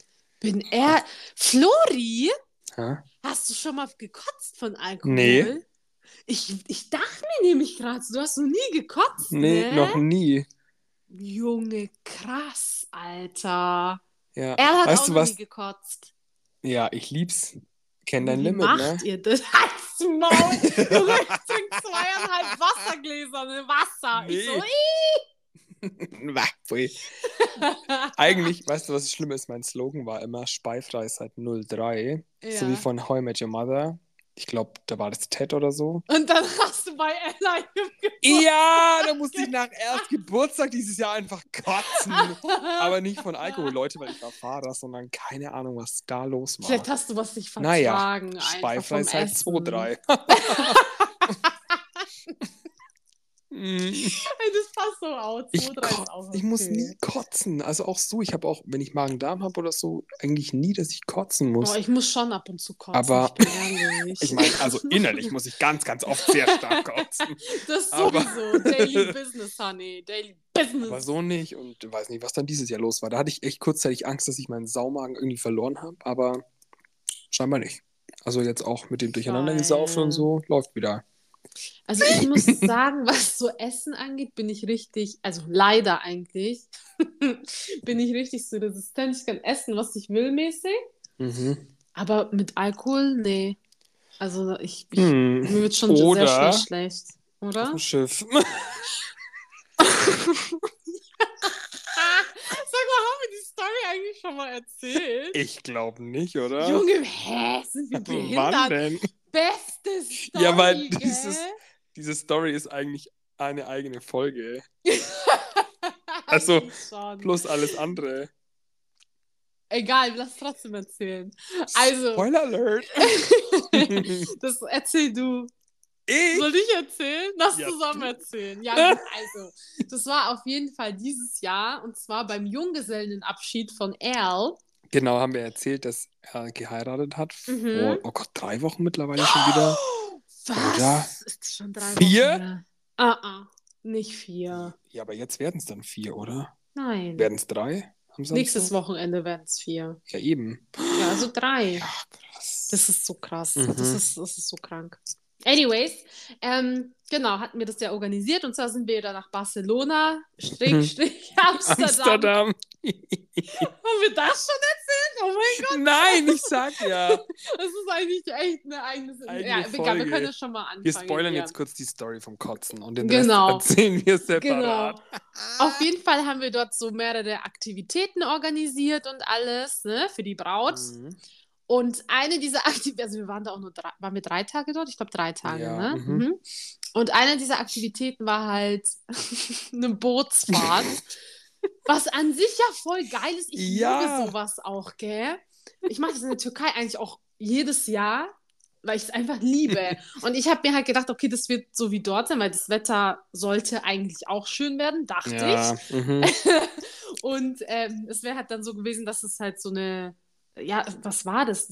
S1: Flori,
S2: Hä?
S1: hast du schon mal gekotzt von Alkohol?
S2: Nee.
S1: Ich dachte mir nämlich gerade, du hast noch nie gekotzt,
S2: Nee,
S1: ne?
S2: noch nie.
S1: Junge, krass, Alter.
S2: Ja.
S1: Er hat
S2: Weißt
S1: auch
S2: du
S1: noch
S2: was?
S1: nie gekotzt.
S2: Ja, ich lieb's. Kenn dein
S1: Wie
S2: Limit,
S1: macht
S2: ne?
S1: ihr das? Halt's Maul! Junge, ich trinke 2,5 Wassergläser mit Wasser.
S2: Nee.
S1: Ich so,
S2: Wah, pfui. Eigentlich, weißt du, was das Schlimme ist? Mein Slogan war immer Speifrei seit 03.
S1: Ja.
S2: So wie von How I Met Your Mother. Ich glaube, da war das Ted oder so.
S1: Und dann hast du bei Ella
S2: Ja, da musste ich nach erst Geburtstag dieses Jahr einfach kotzen. Aber nicht von Alkohol, Leute, weil ich war Fahrer, sondern keine Ahnung, was da los war.
S1: Vielleicht hast du was nicht
S2: Naja,
S1: vertragen. einfach
S2: Speifrei
S1: vom
S2: seit
S1: Essen.
S2: 2,3.
S1: Ey, das passt so aus. 2,3 ist auch
S2: Ich muss
S1: okay.
S2: nie kotzen. Also auch so, ich habe auch, wenn ich Magen-Darm habe oder so, eigentlich nie, dass ich kotzen muss.
S1: Boah, ich muss schon ab und zu kotzen.
S2: Aber-
S1: ich bin ehrlich.
S2: Ich meine, also innerlich muss ich ganz, ganz oft sehr stark kotzen.
S1: Das
S2: aber-
S1: sowieso. Daily Business, Honey. Daily Business.
S2: Aber so nicht und weiß nicht, was dann dieses Jahr los war. Da hatte ich echt kurzzeitig Angst, dass ich meinen Saumagen irgendwie verloren habe, aber scheinbar nicht. Also jetzt auch mit dem Durcheinandergesaufen und so, läuft wieder.
S1: Also ich muss sagen, was so Essen angeht, bin ich richtig, also leider eigentlich, bin ich richtig so resistent. Ich kann essen, was ich will mäßig,
S2: Mhm.
S1: aber mit Alkohol, nee. Also
S2: Hm.
S1: mir wird schon
S2: Oder
S1: sehr schnell schlecht,
S2: auf
S1: oder?
S2: dem Schiff.
S1: Sag mal, haben wir die Story eigentlich schon mal erzählt?
S2: Ich glaube nicht, oder?
S1: Junge, hä? Sind wir
S2: Wann
S1: behindert?
S2: denn?
S1: Beste Story,
S2: Ja, weil
S1: gell?
S2: diese Story ist eigentlich eine eigene Folge. Also,
S1: Eigentlich schon.
S2: Plus alles andere.
S1: Egal, lass trotzdem erzählen. Also,
S2: Spoiler Alert.
S1: das erzähl du.
S2: Ich?
S1: Soll ich erzählen? Lass
S2: Ja,
S1: zusammen
S2: du.
S1: erzählen. Ja, gut, also, das war auf jeden Fall dieses Jahr und zwar beim Junggesellenabschied von Al.
S2: Genau, haben wir erzählt, dass er geheiratet hat.
S1: Mhm.
S2: Vor, oh Gott, 3 Wochen mittlerweile schon wieder.
S1: Was?
S2: Oder?
S1: Ist das schon 3
S2: 4?
S1: Wochen her? Nicht 4.
S2: Ja, aber jetzt werden es dann 4, oder?
S1: Nein.
S2: Werden es 3 am Samstag?
S1: Nächstes Wochenende werden es 4.
S2: Ja, eben.
S1: Ja, also 3.
S2: Ja, krass.
S1: Das ist so krass.
S2: Mhm.
S1: Das ist so krank. Anyways, genau, hatten wir das ja organisiert und zwar sind wir dann nach Barcelona, Amsterdam.
S2: Amsterdam.
S1: Haben wir das schon erzählt? Oh mein Gott,
S2: Nein, ich sag ja.
S1: das ist eigentlich echt eine eigene
S2: Eigene
S1: Ja, egal, wir
S2: Folge.
S1: können schon mal anfangen.
S2: Wir spoilern
S1: ja.
S2: jetzt kurz die Story vom Kotzen und den
S1: Genau.
S2: Rest erzählen wir separat.
S1: Genau. Auf jeden Fall haben wir dort so mehrere Aktivitäten organisiert und alles, ne, für die Braut.
S2: Mhm.
S1: Und eine dieser Aktivitäten, also wir waren da auch waren wir 3 Tage dort? Ich glaube 3 Tage,
S2: Ja,
S1: ne?
S2: mhm.
S1: Mhm. Und eine dieser Aktivitäten war halt eine Bootsfahrt, was an sich ja voll geil ist. Ich
S2: Ja.
S1: liebe sowas auch, gell? Ich mache das in der Türkei eigentlich auch jedes Jahr, weil ich es einfach liebe. Und ich habe mir halt gedacht, okay, das wird so wie dort sein, weil das Wetter sollte eigentlich auch schön werden, dachte
S2: Ja. Mhm.
S1: ich. Und es wäre halt dann so gewesen, dass es halt so eine, ja, was war das?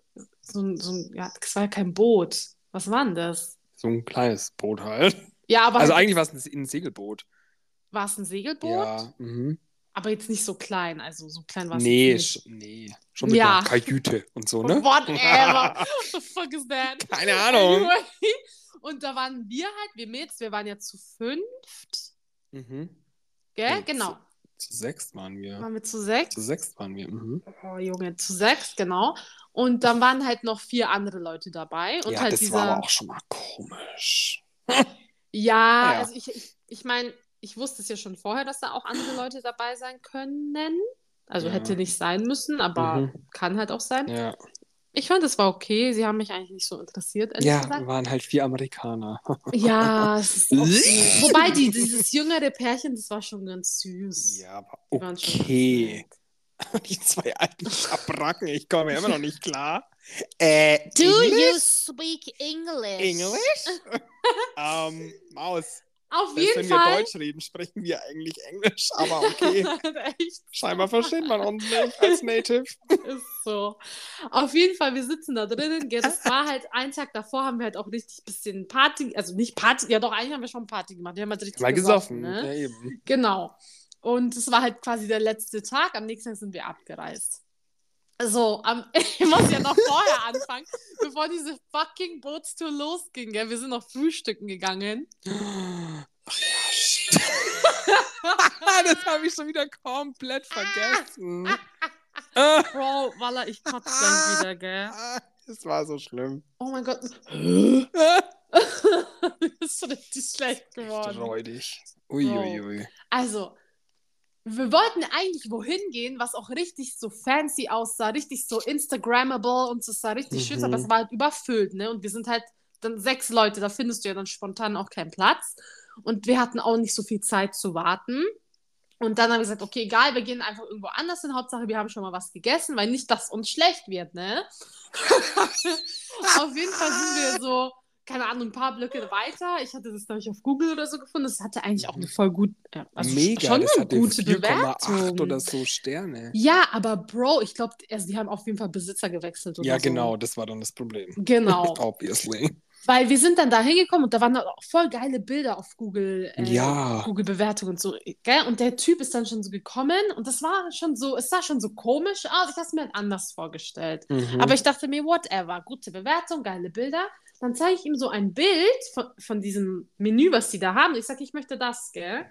S1: Ja, das war ja kein Boot. Was war denn das?
S2: So ein kleines Boot halt.
S1: Ja, aber
S2: Also
S1: halt,
S2: eigentlich war es ein Segelboot.
S1: war es ein Segelboot?
S2: Ja. Mhm.
S1: Aber jetzt nicht so klein, also so klein war es
S2: Nee,
S1: jetzt nicht.
S2: nee. Schon mit
S1: Ja.
S2: einer Kajüte und so, ne?
S1: Whatever. What the fuck is that?
S2: Keine Ahnung.
S1: Anyway. Und da waren wir halt, wir Mädels, wir waren ja zu 5.
S2: Mhm.
S1: Gell?
S2: Nee,
S1: Genau.
S2: Zu 6 waren wir.
S1: Waren wir zu 6?
S2: Zu 6 waren wir. Mhm.
S1: Oh, Junge, zu 6, genau. Und dann waren halt noch 4 andere Leute dabei. Und
S2: Ja,
S1: halt
S2: das
S1: dieser.
S2: war aber auch schon mal komisch.
S1: Ja,
S2: Ja.
S1: also ich meine, ich wusste es ja schon vorher, dass da auch andere Leute dabei sein können. Also
S2: Ja.
S1: hätte nicht sein müssen, aber
S2: Mhm.
S1: kann halt auch sein.
S2: Ja.
S1: Ich fand, es war okay. Sie haben mich eigentlich nicht so interessiert, ehrlich
S2: Ja,
S1: gesagt.
S2: waren halt 4 Amerikaner.
S1: Ja, es ist auch süß. Wobei, dieses jüngere Pärchen, das war schon ganz süß.
S2: Ja, aber
S1: Die waren schon ganz
S2: okay.
S1: nett.
S2: Die 2 alten Schabracken, ich komme ja immer noch nicht klar.
S1: Do you
S2: Englisch?
S1: speak English?
S2: Englisch? Maus.
S1: Auf
S2: Selbst
S1: jeden
S2: wenn wir
S1: Fall.
S2: Deutsch reden, sprechen wir eigentlich Englisch, aber okay.
S1: Echt
S2: Scheinbar versteht man uns nicht als Native.
S1: ist so. Auf jeden Fall, wir sitzen da drinnen. Gell, das war halt einen Tag davor, haben wir halt auch richtig bisschen Party, also nicht Party, ja doch, eigentlich haben wir schon Party gemacht. Wir haben halt richtig
S2: Mal
S1: gesoffen,
S2: gesoffen,
S1: ne?
S2: ja eben.
S1: Genau. Und es war halt quasi der letzte Tag. Am nächsten Tag sind wir abgereist. So, ich muss ja noch vorher anfangen, bevor diese fucking Bootstour losging. Gell? Wir sind noch frühstücken gegangen.
S2: Ach ja, shit. Das habe ich schon wieder komplett vergessen.
S1: Bro, Walla, ich kotze gleich wieder, gell?
S2: Es war so schlimm.
S1: Oh mein Gott. Das ist richtig schlecht geworden.
S2: Räudig.
S1: Bro.
S2: Uiuiui.
S1: Also, wir wollten eigentlich wohin gehen, was auch richtig so fancy aussah, richtig so Instagrammable und es sah richtig schön aus, aber es war halt überfüllt, ne? Und wir sind halt dann 6 Leute, da findest du ja dann spontan auch keinen Platz. Und wir hatten auch nicht so viel Zeit zu warten. Und dann haben wir gesagt, okay, egal, wir gehen einfach irgendwo anders hin. Hauptsache, wir haben schon mal was gegessen, weil nicht, dass uns schlecht wird, ne? Auf jeden Fall sind wir so, keine Ahnung, ein paar Blöcke weiter. Ich hatte das, glaube ich, auf Google oder so gefunden. Das hatte eigentlich auch eine voll gut, also
S2: Mega,
S1: schon
S2: das
S1: eine
S2: hatte
S1: gute
S2: 4,8
S1: Bewertung.
S2: oder so Sterne.
S1: Ja, aber Bro, ich glaube, also die haben auf jeden Fall Besitzer gewechselt oder
S2: Ja,
S1: so.
S2: genau, das war dann das Problem.
S1: Genau.
S2: Obviously.
S1: Weil wir sind dann da hingekommen und da waren dann auch voll geile Bilder auf Google,
S2: Ja.
S1: Google-Bewertungen und so, gell? Und der Typ ist dann schon so gekommen und das war schon so, es sah schon so komisch aus. Ich habe es mir halt anders vorgestellt. Aber ich dachte mir, whatever, gute Bewertung, geile Bilder. Dann zeige ich ihm so ein Bild von diesem Menü, was die da haben. Ich sage, ich möchte das, gell?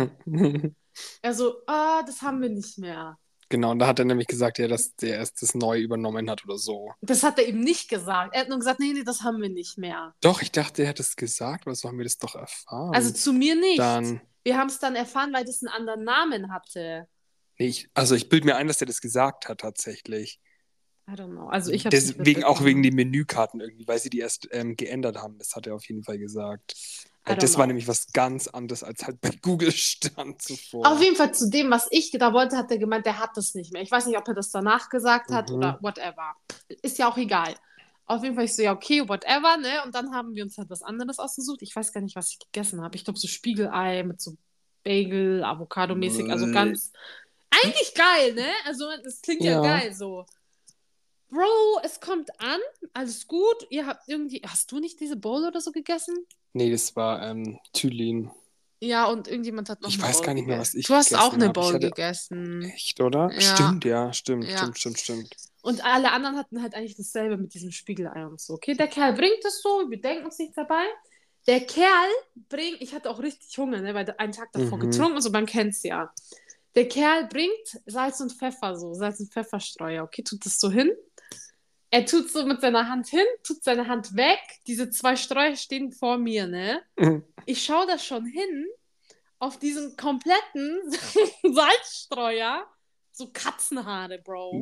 S1: Er so, das haben wir nicht mehr.
S2: Genau, und da hat er nämlich gesagt, ja, dass der erst das neu übernommen hat oder so.
S1: Das hat er eben nicht gesagt. Er hat nur gesagt, nee, das haben wir nicht mehr.
S2: Doch, ich dachte, er hat es gesagt, aber so haben wir das doch erfahren.
S1: Also zu mir nicht.
S2: Dann,
S1: Wir haben es dann erfahren, weil das einen anderen Namen hatte.
S2: nee, ich bilde mir ein, dass er das gesagt hat tatsächlich.
S1: I don't know. Also ich habe es nicht
S2: Deswegen auch wegen
S1: mitbekommen.
S2: den Menükarten irgendwie, weil sie die erst geändert haben. Das hat er auf jeden Fall gesagt.
S1: I don't
S2: Das war
S1: know.
S2: nämlich was ganz anderes, als halt bei Google stand zuvor.
S1: Auf jeden Fall zu dem, was ich da wollte, hat er gemeint, der hat das nicht mehr. Ich weiß nicht, ob er das danach gesagt hat oder whatever. Ist ja auch egal. Auf jeden Fall ich so, ja, okay, whatever, ne? Und dann haben wir uns halt was anderes ausgesucht. Ich weiß gar nicht, was ich gegessen habe. Ich glaube, so Spiegelei mit so Bagel, Avocado-mäßig, also ganz. Eigentlich geil, ne? Also, das klingt ja
S2: Ja.
S1: geil so. Bro, es kommt an, alles gut. Ihr habt irgendwie. Hast du nicht diese Bowl oder so gegessen?
S2: Nee, das war Thülin.
S1: Ja, und irgendjemand hat noch
S2: Ich
S1: eine
S2: weiß
S1: Bowl
S2: gar nicht mehr,
S1: gegessen.
S2: was ich
S1: Du hast auch
S2: gegessen
S1: eine
S2: hab. Ich
S1: Bowl
S2: hatte-
S1: gegessen.
S2: Echt, oder?
S1: Ja.
S2: Stimmt, ja, stimmt.
S1: Ja.
S2: Stimmt.
S1: Und alle anderen hatten halt eigentlich dasselbe mit diesem Spiegelei und so. Okay, der Kerl bringt es so, wir denken uns nichts dabei. Der Kerl bringt, ich hatte auch richtig Hunger, ne, weil einen Tag davor getrunken und so, man kennt's ja. Der Kerl bringt Salz und Pfeffer so, Salz- und Pfefferstreuer, okay, tut das so hin. Er tut so mit seiner Hand hin, tut seine Hand weg. Diese 2 Streuer stehen vor mir, ne? Ich schaue da schon hin, auf diesen kompletten Salzstreuer, so Katzenhaare, Bro.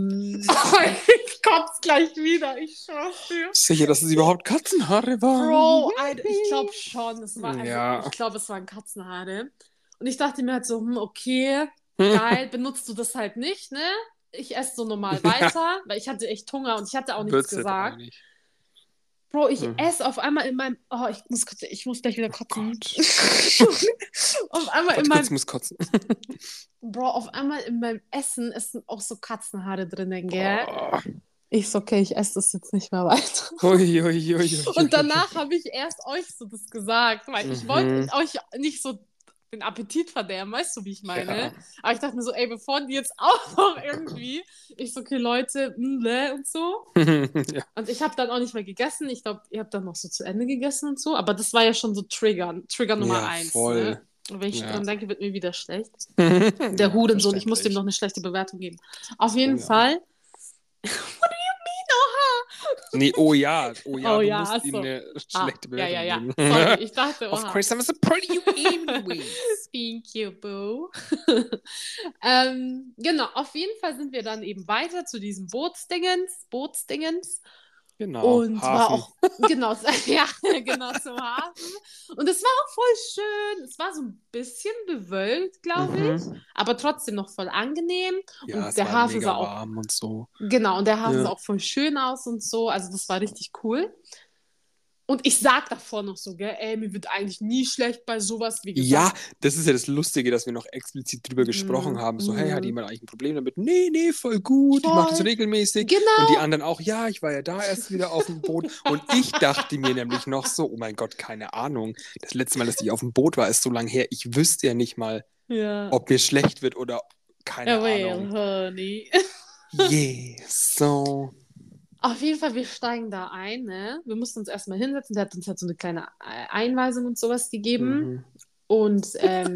S1: Ich kotze gleich wieder, ich schwör's dir.
S2: Sicher, dass es überhaupt Katzenhaare waren?
S1: Bro, ich glaube schon,
S2: Ja.
S1: ich glaube, es waren Katzenhaare. Und ich dachte mir halt so, okay, geil, benutzt du das halt nicht, ne? Ich esse so normal weiter, weil ich hatte echt Hunger und ich hatte auch nichts
S2: Würzt jetzt
S1: gesagt.
S2: auch nicht.
S1: Bro, ich esse auf einmal in meinem. Oh, ich muss gleich wieder kotzen. Auf einmal
S2: Warte
S1: in
S2: kurz,
S1: meinem.
S2: ich muss kotzen.
S1: Bro, auf einmal in meinem Essen sind auch so Katzenhaare drinnen, gell?
S2: Oh.
S1: Ich so, okay, ich esse das jetzt nicht mehr weiter.
S2: Ui.
S1: Und danach habe ich erst euch so das gesagt, weil ich wollte euch nicht so den Appetit verderben, weißt du, wie ich meine?
S2: Ja.
S1: Aber ich dachte mir so, ey, bevor die jetzt auch noch irgendwie, ich so, okay, Leute, und so.
S2: Ja.
S1: Und ich habe dann auch nicht mehr gegessen. Ich glaube, ihr habt dann noch so zu Ende gegessen und so. Aber das war ja schon so Trigger Nummer 1.
S2: Voll.
S1: Ne? Und wenn ich
S2: Ja.
S1: dran denke, wird mir wieder schlecht. Der Hurensohn, ich muss dem noch eine schlechte Bewertung geben. Auf jeden
S2: Ja.
S1: Fall. What do you mean, oha?
S2: Nee, oh ja, du
S1: ja,
S2: musst ihm
S1: achso.
S2: eine schlechte
S1: Ja,
S2: Bewertung geben.
S1: Sorry, ich dachte,
S2: Of
S1: oha.
S2: course, I'm supporting you anyways.
S1: Thank you, boo. Genau, auf jeden Fall sind wir dann eben weiter zu diesem Bootsdingens.
S2: Genau,
S1: Und war
S2: Hafen.
S1: auch, genau, ja, genau, zum Hafen. Und es war auch voll schön. Es war so ein bisschen bewölkt, glaube ich, aber trotzdem noch voll angenehm.
S2: Ja,
S1: Und
S2: es
S1: der
S2: war halt
S1: Hafen sah
S2: mega
S1: auch,
S2: warm und so.
S1: genau, und der Hafen sah
S2: Ja.
S1: auch voll schön aus und so. Also das war richtig cool. Und ich sag davor noch so, gell, ey, mir wird eigentlich nie schlecht bei sowas, wie
S2: Ja,
S1: gesagt.
S2: das ist ja das Lustige, dass wir noch explizit drüber gesprochen haben. So, hey, hat
S1: Mhm.
S2: jemand eigentlich ein Problem damit? Nee, voll gut, ich mache das
S1: Voll.
S2: regelmäßig.
S1: Genau.
S2: Und die anderen auch, ja, ich war ja da erst wieder auf dem Boot. Und ich dachte mir nämlich noch so, oh mein Gott, keine Ahnung. Das letzte Mal, dass ich auf dem Boot war, ist so lange her. Ich wüsste ja nicht mal,
S1: Ja.
S2: ob mir schlecht wird oder keine
S1: Well,
S2: Ahnung.
S1: honey.
S2: Yeah, so.
S1: Auf jeden Fall, wir steigen da ein, ne? Wir mussten uns erstmal hinsetzen. Der hat uns halt so eine kleine Einweisung und sowas gegeben.
S2: Mhm.
S1: Und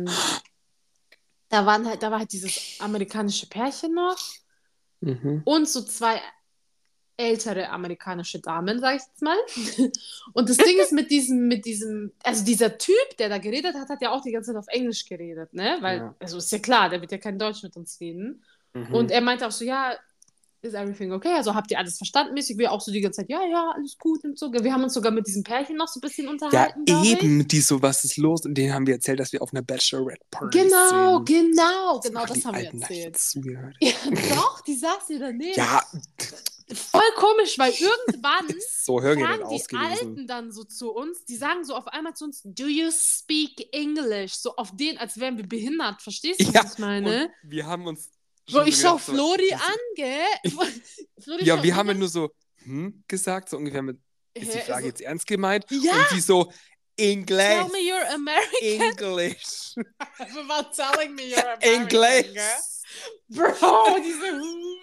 S1: da war halt dieses amerikanische Pärchen noch
S2: Mhm.
S1: und so zwei ältere amerikanische Damen, sag ich jetzt mal. Und das Ding ist also dieser Typ, der da geredet hat, hat ja auch die ganze Zeit auf Englisch geredet, ne? Weil,
S2: Ja.
S1: also ist ja klar, der wird ja kein Deutsch mit uns reden.
S2: Mhm.
S1: Und er meinte auch so, ja, is everything okay? Also habt ihr alles verstanden mäßig? Wir auch so die ganze Zeit, ja, alles gut und so. Wir haben uns sogar mit diesem Pärchen noch so ein bisschen
S2: Ja,
S1: unterhalten, glaube ich.
S2: eben, die so, was ist los? Und denen haben wir erzählt, dass wir auf einer Bachelorette-Party
S1: Genau,
S2: sind.
S1: genau,
S2: Das
S1: das haben wir
S2: Alten
S1: erzählt.
S2: nicht zugehört.
S1: Ja, doch, die saßen ja daneben.
S2: Ja,
S1: Voll komisch, weil irgendwann
S2: so Hörgerät
S1: fragen die
S2: ausgelesen.
S1: Alten dann so zu uns, die sagen so auf einmal zu uns, do you speak English? So auf den, als wären wir behindert, verstehst du,
S2: Ja,
S1: was ich meine?
S2: und wir haben uns
S1: So,
S2: schon
S1: ich
S2: so
S1: schau
S2: gedacht, so,
S1: Flori
S2: das-
S1: an, gell? Flori
S2: Ja,
S1: schaut
S2: wir
S1: mich
S2: haben ja
S1: an.
S2: nur so, gesagt, so ungefähr mit, ist die
S1: Hä,
S2: Frage
S1: so-
S2: jetzt ernst gemeint?
S1: Ja.
S2: Und sie so,
S1: Tell
S2: English.
S1: me you're American.
S2: English.
S1: Without telling me you're American,
S2: English.
S1: gell? Bro, diese Hure.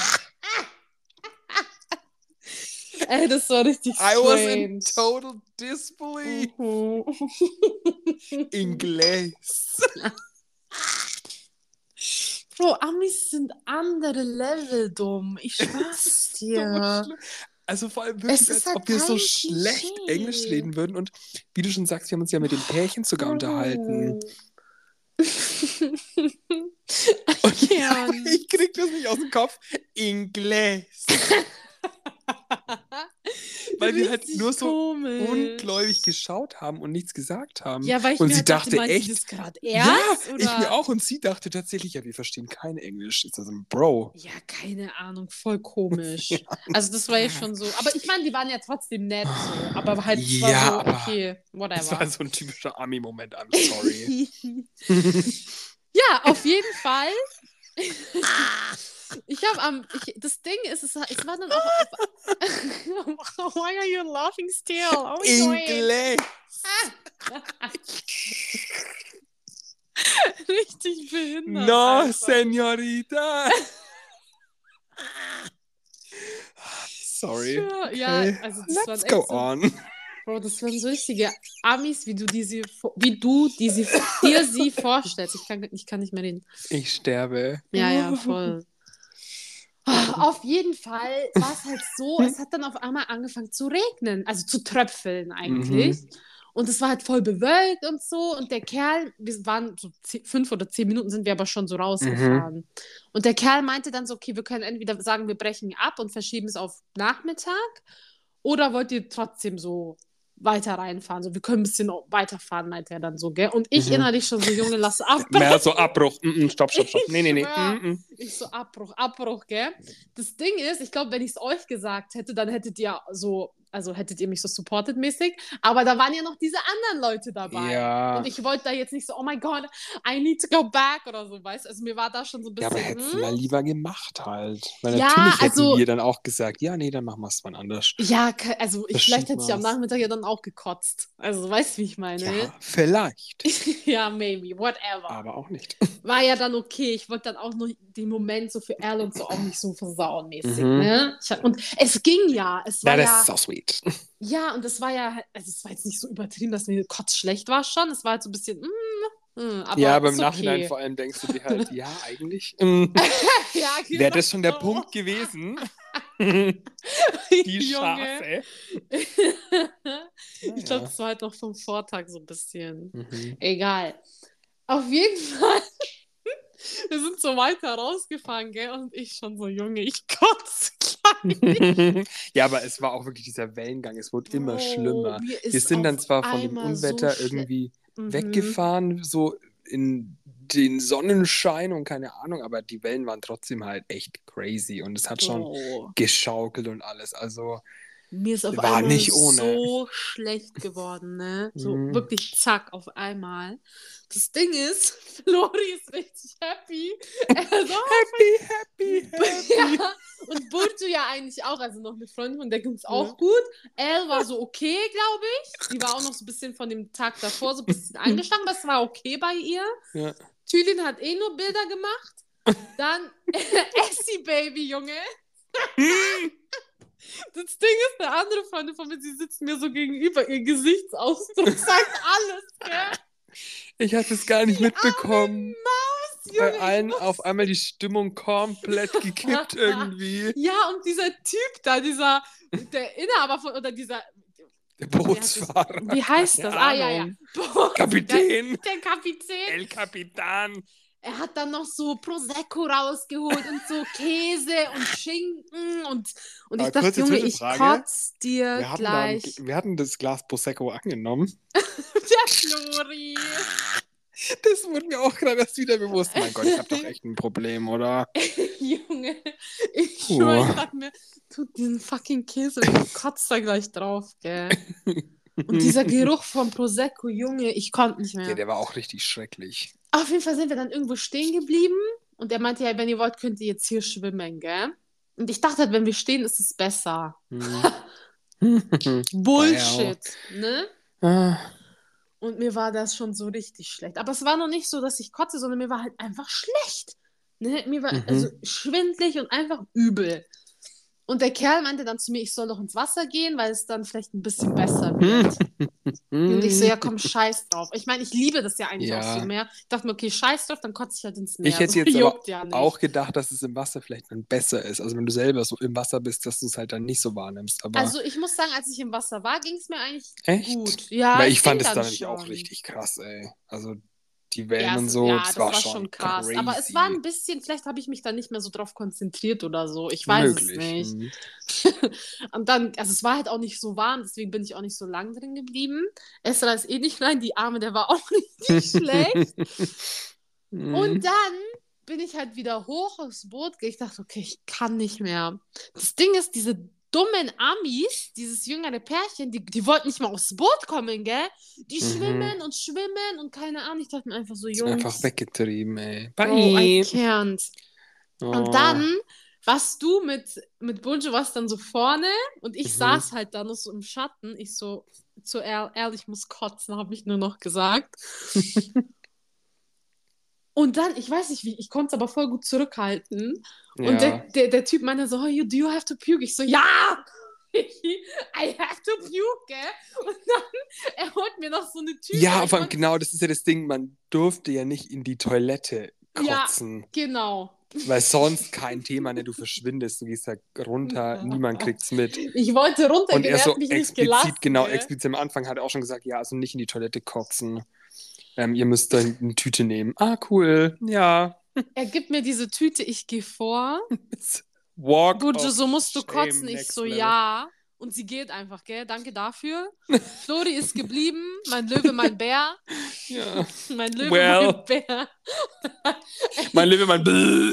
S1: Ey, das war richtig
S2: I was in
S1: strange.
S2: total disbelief.
S1: Mhm.
S2: English.
S1: Bro, Amis sind andere Level dumm. Ich schwör's
S2: So
S1: dir.
S2: schlimm. Also vor allem wirklich,
S1: Es ist
S2: als
S1: halt
S2: ob wir so
S1: kein
S2: schlecht
S1: Klischee.
S2: Englisch reden würden. Und wie du schon sagst, wir haben uns ja mit dem Pärchen sogar unterhalten.
S1: Ich kann.
S2: Ich krieg das nicht aus dem Kopf. English. Weil wir halt
S1: Richtig
S2: nur so
S1: komisch.
S2: ungläubig geschaut haben und nichts gesagt haben.
S1: Ja, weil ich
S2: und
S1: mir
S2: sie
S1: halt dachte,
S2: dachte
S1: meint sie
S2: echt,
S1: das gerade
S2: ja,
S1: ernst?
S2: ich
S1: oder?
S2: mir auch. Und sie dachte tatsächlich, ja, wir verstehen kein Englisch. Ist das ein Bro?
S1: Ja, keine Ahnung, voll komisch. Also das war ja schon so. Aber ich meine, die waren ja trotzdem nett so. Aber halt, es war
S2: Ja,
S1: so,
S2: aber
S1: okay,
S2: Das
S1: whatever.
S2: war so ein typischer Ami-Moment. I'm sorry.
S1: Ja, auf jeden Fall. Das Ding ist, es war dann auch Why are you laughing still? Oh,
S2: English.
S1: richtig behindert.
S2: No,
S1: einfach.
S2: Senorita. Sorry.
S1: Ja,
S2: Okay.
S1: also das
S2: Let's
S1: waren
S2: go
S1: echt so,
S2: on.
S1: Bro, das waren so richtige Amis, wie du dir sie vorstellst. Ich kann nicht mehr reden.
S2: Ich sterbe.
S1: Ja, voll. Auf jeden Fall war es halt so, es hat dann auf einmal angefangen zu regnen, also zu tröpfeln eigentlich. Und es war halt voll bewölkt und so. Und der Kerl, wir waren so 5 oder 10 Minuten sind wir aber schon so rausgefahren. Und der Kerl meinte dann so, okay, wir können entweder sagen, wir brechen ab und verschieben es auf Nachmittag. Oder wollt ihr trotzdem so weiter reinfahren? So, wir können ein bisschen weiterfahren, meinte er dann so, gell? Und ich innerlich schon so, Junge, lass abbrechen.
S2: Mehr so Abbruch. Stopp. Nee.
S1: Ja. Ich so, Abbruch, gell? Das Ding ist, ich glaube, wenn ich es euch gesagt hätte, dann hättet ihr mich so supported mäßig. Aber da waren ja noch diese anderen Leute dabei.
S2: Ja.
S1: Und ich wollte da jetzt nicht so, oh my God, I need to go back oder so, weißt du? Also mir war da schon so ein
S2: Ja,
S1: bisschen,
S2: aber hättest du mal lieber gemacht halt. Weil
S1: Ja,
S2: natürlich hätten
S1: also-
S2: wir dann auch gesagt, ja, nee, dann machen wir es mal anders.
S1: Ja, also vielleicht hätte ich am
S2: war's.
S1: Nachmittag ja dann auch gekotzt. Also weißt du, wie ich meine?
S2: Ja, vielleicht.
S1: Ja, maybe, whatever.
S2: Aber auch nicht.
S1: War ja dann okay. Ich wollte dann auch nur den Moment so für Erl und so auch nicht so versauen mäßig.
S2: Mhm.
S1: Ne? Und es ging ja. Es war
S2: That
S1: ja.
S2: is so sweet.
S1: Ja, und es war ja, also es war jetzt nicht so übertrieben, dass mir kotzschlecht war schon. Es war halt so ein bisschen, aber
S2: Ja, aber im
S1: ist
S2: Nachhinein
S1: okay.
S2: vor allem denkst du dir halt, ja, eigentlich
S1: Ja, genau.
S2: wäre das schon der Punkt gewesen. Die
S1: Junge.
S2: Schafe.
S1: Ich glaube, das war halt noch vom Vortag so ein bisschen.
S2: Mhm.
S1: Egal. Auf jeden Fall. Wir sind so weiter rausgefahren, gell? Und ich schon so, Junge, ich kotze gleich.
S2: Ja, aber es war auch wirklich dieser Wellengang. Es wurde immer
S1: Bro,
S2: schlimmer.
S1: mir
S2: Wir
S1: ist
S2: sind dann
S1: auf
S2: zwar von dem
S1: einmal so
S2: Unwetter
S1: schlecht.
S2: irgendwie
S1: Mhm.
S2: weggefahren, so in den Sonnenschein und keine Ahnung, aber die Wellen waren trotzdem halt echt crazy und es hat schon
S1: Bro.
S2: geschaukelt und alles. Also
S1: Mir ist auf
S2: war
S1: einmal
S2: nicht ohne.
S1: so schlecht geworden, ne? So
S2: Mhm.
S1: wirklich zack, auf einmal. Das Ding ist, Flori ist richtig happy. Also,
S2: Happy.
S1: ja, und Burcu ja eigentlich auch, also noch eine Freundin von der ging es auch gut. Elle war so okay, glaube ich. Die war auch noch so ein bisschen von dem Tag davor so ein bisschen eingeschlagen, aber es war okay bei ihr.
S2: Ja.
S1: Tülin hat eh nur Bilder gemacht. Dann Essie Baby, Junge. Das Ding ist, eine andere Freundin von mir, sie sitzt mir so gegenüber, ihr Gesichtsausdruck sagt alles, gell?
S2: Ich hatte es gar nicht mitbekommen.
S1: Maus,
S2: Bei
S1: Junge,
S2: allen auf einmal die Stimmung komplett gekippt irgendwie.
S1: Ja, und dieser Typ da, der Inhaber von, oder dieser,
S2: Der Bootsfahrer.
S1: wie heißt das?
S2: Keine
S1: Ja.
S2: Ahnung. Kapitän.
S1: Der Kapitän.
S2: El Capitan.
S1: Er hat dann noch so Prosecco rausgeholt und so Käse und Schinken und ich
S2: Aber
S1: dachte,
S2: kurze
S1: Junge, ich
S2: Zwischenfrage.
S1: kotz dir gleich.
S2: Wir hatten das Glas Prosecco angenommen.
S1: Der Flori.
S2: Das wurde mir auch gerade erst wieder bewusst. Mein Gott, ich habe doch echt ein Problem, oder?
S1: Junge, ich schwör, ich dachte mir, tut diesen fucking Käse und ich kotze da gleich drauf, gell? Und dieser Geruch vom Prosecco, Junge, ich konnte nicht mehr.
S2: Ja, der war auch richtig schrecklich.
S1: Auf jeden Fall sind wir dann irgendwo stehen geblieben und er meinte, ja, wenn ihr wollt, könnt ihr jetzt hier schwimmen, gell? Und ich dachte halt, wenn wir stehen, ist es besser. Bullshit, ne?
S2: Ah.
S1: Und mir war das schon so richtig schlecht. Aber es war noch nicht so, dass ich kotze, sondern mir war halt einfach schlecht. Ne? Mir war also schwindelig und einfach übel. Und der Kerl meinte dann zu mir, ich soll doch ins Wasser gehen, weil es dann vielleicht ein bisschen besser wird. Und ich so, ja komm, scheiß drauf. Ich meine, ich liebe das ja eigentlich auch so mehr. Ich dachte mir, okay, scheiß drauf, dann kotze ich halt ins Meer.
S2: Ich hätte jetzt
S1: Juckt
S2: aber
S1: ja nicht.
S2: auch gedacht, dass es im Wasser vielleicht dann besser ist. Also wenn du selber so im Wasser bist, dass du es halt dann nicht so wahrnimmst. Aber
S1: Also ich muss sagen, als ich im Wasser war, ging es mir eigentlich
S2: echt?
S1: gut. Ja,
S2: weil ich fand es
S1: ging
S2: dann
S1: dann
S2: nämlich auch
S1: schon.
S2: richtig krass, ey. Also die Wellen
S1: Ja,
S2: und so,
S1: ja,
S2: das war schon
S1: krass.
S2: crazy.
S1: Aber es war ein bisschen, vielleicht habe ich mich da nicht mehr so drauf konzentriert oder so. Ich weiß es nicht. Und dann, also es war halt auch nicht so warm, deswegen bin ich auch nicht so lang drin geblieben. Esra ist eh nicht klein, die Arme, der war auch richtig schlecht. Und dann bin ich halt wieder hoch aufs Boot. Ich dachte, okay, ich kann nicht mehr. Das Ding ist, diese dummen Amis, dieses jüngere Pärchen, die wollten nicht mal aufs Boot kommen, gell? Die schwimmen und keine Ahnung. Ich dachte mir einfach so, Jungs.
S2: Einfach weggetrieben, ey.
S1: Bro, I can't.
S2: Oh.
S1: Und dann warst du mit Bunjo, warst dann so vorne und ich saß halt da noch so im Schatten. Ich so zu Al, ich muss kotzen, habe ich nur noch gesagt. Und dann, ich weiß nicht wie, ich konnte es aber voll gut zurückhalten.
S2: Ja.
S1: Und der Typ meinte so, oh, do you have to puke? Ich so, ja! I have to puke, gell? Und dann, er holt mir noch so eine Tüte.
S2: Ja, aber genau, das ist ja das Ding, man durfte ja nicht in die Toilette kotzen.
S1: Ja, genau.
S2: Weil sonst kein Thema, ne? Du verschwindest, du gehst da runter, niemand kriegt's mit.
S1: Ich wollte runtergehen,
S2: und er
S1: hat
S2: so
S1: mich nicht
S2: explizit,
S1: gelassen.
S2: genau,
S1: gell?
S2: explizit am Anfang hat er auch schon gesagt, ja, also nicht in die Toilette kotzen. Ihr müsst da eine Tüte nehmen. Ah, cool, ja.
S1: Er gibt mir diese Tüte, ich gehe vor.
S2: Walk
S1: Burjo,
S2: of
S1: so musst du
S2: shame,
S1: kotzen. Ich
S2: next
S1: so,
S2: level.
S1: ja. Und sie geht einfach, gell? Danke dafür. Flori ist geblieben. Mein Löwe, mein Bär.
S2: Ja.
S1: Mein Löwe,
S2: Well.
S1: mein Bär.
S2: Mein Löwe, mein Bäh.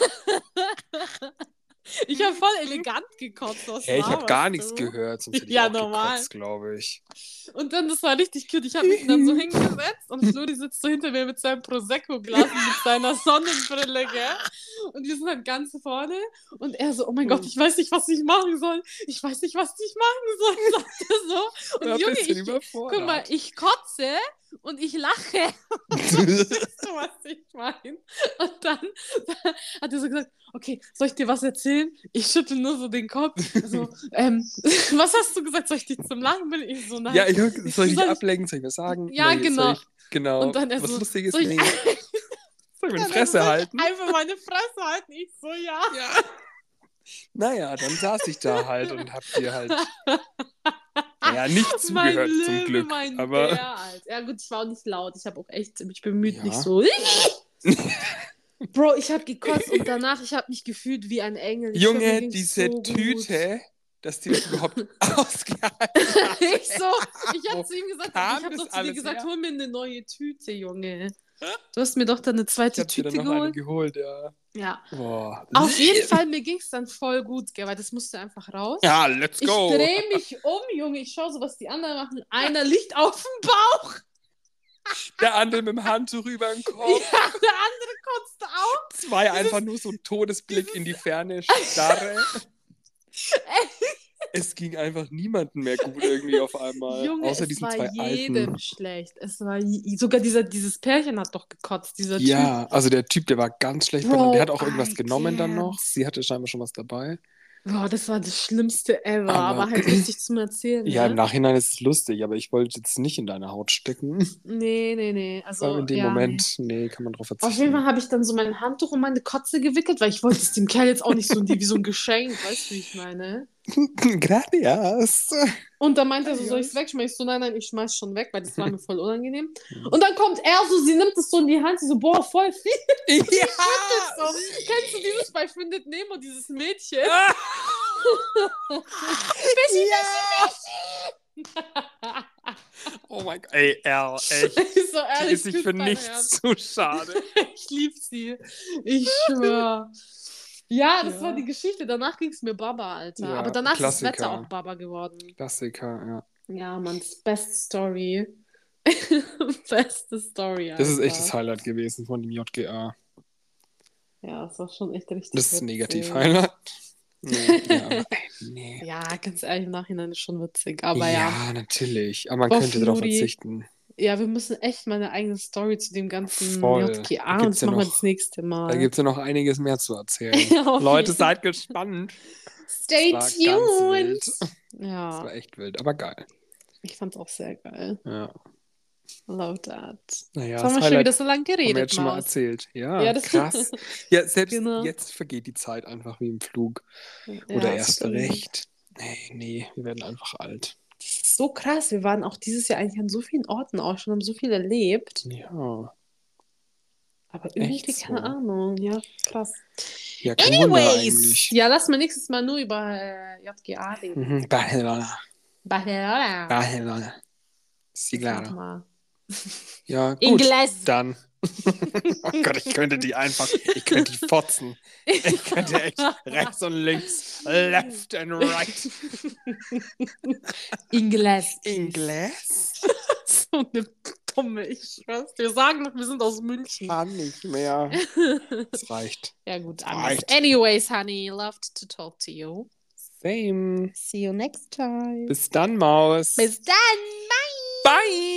S1: Ich habe voll elegant gekotzt.
S2: Hey, ich habe gar nichts gehört, sonst hätte ich
S1: Ja,
S2: auch
S1: normal.
S2: gekotzt, glaube ich.
S1: Und dann, das war richtig cute. Ich habe mich dann so hingesetzt und Flori sitzt so hinter mir mit seinem Prosecco-Glas und mit seiner Sonnenbrille, gell? Und wir sind halt ganz vorne und er so, oh mein Gott, ich weiß nicht, was ich machen soll. Ich weiß nicht, was ich machen soll, sagt er so. Und Junge, guck mal, ich kotze und ich lache. Weißt du, was ich meine? Und dann hat er so gesagt, okay, soll ich dir was erzählen? Ich schüttel nur so den Kopf. So, was hast du gesagt? Soll ich dich zum Lachen bringen? Ich so, nein.
S2: Ja, soll ich dich ablenken? Soll ich was sagen?
S1: Ja, genau.
S2: Genau.
S1: Und dann er
S2: was
S1: so,
S2: Lustiges
S1: soll ich-
S2: nehmen? Soll ich meine Fresse halten?
S1: Einfach meine Fresse halten. Ich so, ja.
S2: Ja. Naja, dann saß ich da halt und hab dir halt nicht
S1: Mein
S2: zugehört, zum
S1: Löwe,
S2: Glück.
S1: mein
S2: Aber
S1: Bär, Alter. Ja gut, ich war auch nicht laut. Ich habe auch echt mich bemüht, nicht
S2: ja.
S1: so. Bro, ich habe gekotzt und danach, ich habe mich gefühlt wie ein Engel. Ich schwör, mir
S2: Junge,
S1: ging's
S2: diese
S1: so gut.
S2: Tüte, dass die das überhaupt ausgehalten hat.
S1: Ich habe
S2: Wo
S1: zu ihm gesagt,
S2: kam
S1: ich habe
S2: das
S1: doch zu dir
S2: alles
S1: gesagt,
S2: her?
S1: hol mir eine neue Tüte, Junge. Du hast mir doch dann eine
S2: Ich
S1: zweite
S2: hab dir dann
S1: Tüte
S2: noch eine
S1: geholt.
S2: geholt, ja.
S1: Ja.
S2: Boah.
S1: Auf jeden Fall, mir ging es dann voll gut, gell, weil das musste einfach raus.
S2: Ja, let's
S1: Ich
S2: go.
S1: drehe mich um, Junge, ich schaue so, was die anderen machen. Einer liegt auf dem Bauch.
S2: Der andere mit dem Handtuch über den
S1: Ja,
S2: Kopf.
S1: der andere kotzt auch.
S2: Zwei einfach nur so ein Todesblick in die Ferne, Starre. Es ging einfach niemandem mehr gut irgendwie auf einmal.
S1: Junge,
S2: Außer
S1: es
S2: diesen
S1: war
S2: zwei
S1: jedem
S2: Alten.
S1: schlecht. Es war sogar dieses Pärchen hat doch gekotzt, dieser Typ.
S2: Ja, also der Typ, der war ganz schlecht.
S1: Bro,
S2: Der hat auch irgendwas
S1: I
S2: genommen dann noch.
S1: can't.
S2: Sie hatte scheinbar schon was dabei.
S1: Boah, das war das Schlimmste ever,
S2: Aber
S1: aber halt lustig zum Erzählen,
S2: ja, im
S1: ne?
S2: Nachhinein ist es lustig, aber ich wollte jetzt nicht in deiner Haut stecken.
S1: Nee.
S2: Vor allem
S1: Also,
S2: in dem
S1: ja, nee.
S2: Moment, nee, kann man drauf
S1: Auf jeden
S2: verzichten.
S1: Fall habe ich dann so mein Handtuch um meine Kotze gewickelt, weil ich wollte es dem Kerl jetzt auch nicht so wie so ein Geschenk, weißt du, wie ich meine?
S2: Gracias.
S1: Und dann meinte er so, soll ich
S2: Adios.
S1: es wegschmeißen? Ich so, nein, ich schmeiß schon weg, weil das war mir voll unangenehm.
S2: Mhm.
S1: Und dann kommt er so, sie nimmt es so in die Hand, sie so, boah, voll viel.
S2: Ja!
S1: So. Kennst du dieses bei Findet Nemo, dieses Mädchen?
S2: Oh mein Gott, ey, Erl, echt.
S1: Ich so,
S2: Die
S1: ehrlich,
S2: ist sich
S1: küsst
S2: für
S1: mein
S2: nichts
S1: Herz.
S2: zu schade.
S1: Ich lieb sie. Ich schwör. Ja, das
S2: Ja.
S1: war die Geschichte. Danach ging es mir Baba, Alter.
S2: Ja,
S1: Aber danach ist das
S2: Klassiker.
S1: Wetter auch Baba geworden.
S2: Klassiker, ja.
S1: Ja, Mann, das beste Story. Beste Story, Alter.
S2: Das ist echt das Highlight gewesen von dem JGA.
S1: Ja, das war schon echt richtig
S2: Das ist
S1: witzig.
S2: Negativ-Highlight. Nee, ja, aber, nee.
S1: Ja, ganz ehrlich, im Nachhinein ist schon witzig. Aber
S2: Ja,
S1: ja.
S2: natürlich. Aber man
S1: Boah,
S2: könnte darauf
S1: Flori.
S2: verzichten.
S1: Ja, wir müssen echt mal eine eigene Story zu dem ganzen
S2: Voll. Da
S1: JGA und
S2: gibt's
S1: das
S2: ja
S1: machen wir
S2: noch-
S1: das nächste Mal.
S2: Da gibt es ja noch einiges mehr zu erzählen.
S1: Auf
S2: Leute,
S1: jeden-
S2: seid gespannt.
S1: Stay
S2: Das war ganz wild.
S1: tuned.
S2: Das
S1: Ja,
S2: war echt wild, aber geil.
S1: ich fand's auch sehr geil.
S2: Ja.
S1: Love that.
S2: Naja,
S1: Jetzt
S2: das
S1: haben wir schon
S2: Highlight
S1: wieder so lange
S2: haben wir
S1: geredet,
S2: jetzt schon mal
S1: Maus.
S2: erzählt. Ja,
S1: Ja, das-
S2: krass. Ja, selbst
S1: Genau.
S2: jetzt vergeht die Zeit einfach wie im Flug.
S1: Ja,
S2: Oder erst
S1: stimmt.
S2: recht. Nee, wir werden einfach alt.
S1: Das ist so krass. Wir waren auch dieses Jahr eigentlich an so vielen Orten auch schon, haben so viel erlebt.
S2: Ja.
S1: Aber irgendwie,
S2: Echt
S1: keine
S2: so.
S1: Ahnung. Ja, krass.
S2: Ja, kein Wunder
S1: Anyways.
S2: eigentlich.
S1: Ja, lass mal nächstes Mal nur über JGA reden.
S2: Mhm. Barcelona.
S1: Barcelona.
S2: Barcelona. Sí,
S1: Warte
S2: claro.
S1: mal.
S2: Ja, gut.
S1: Inglés.
S2: Dann. Oh Gott, ich könnte die fotzen. Ich könnte echt rechts und links, left and right.
S1: Inglés.
S2: Inglés?
S1: So eine dumme, ich schwör's dir. Wir sagen noch, wir sind aus München.
S2: Kann nicht mehr. Es reicht.
S1: Ja, gut,
S2: Reicht.
S1: anders. Anyways, honey, loved to talk to you.
S2: Same.
S1: See you next time.
S2: Bis dann, Maus.
S1: Bis dann. Bye.
S2: Bye.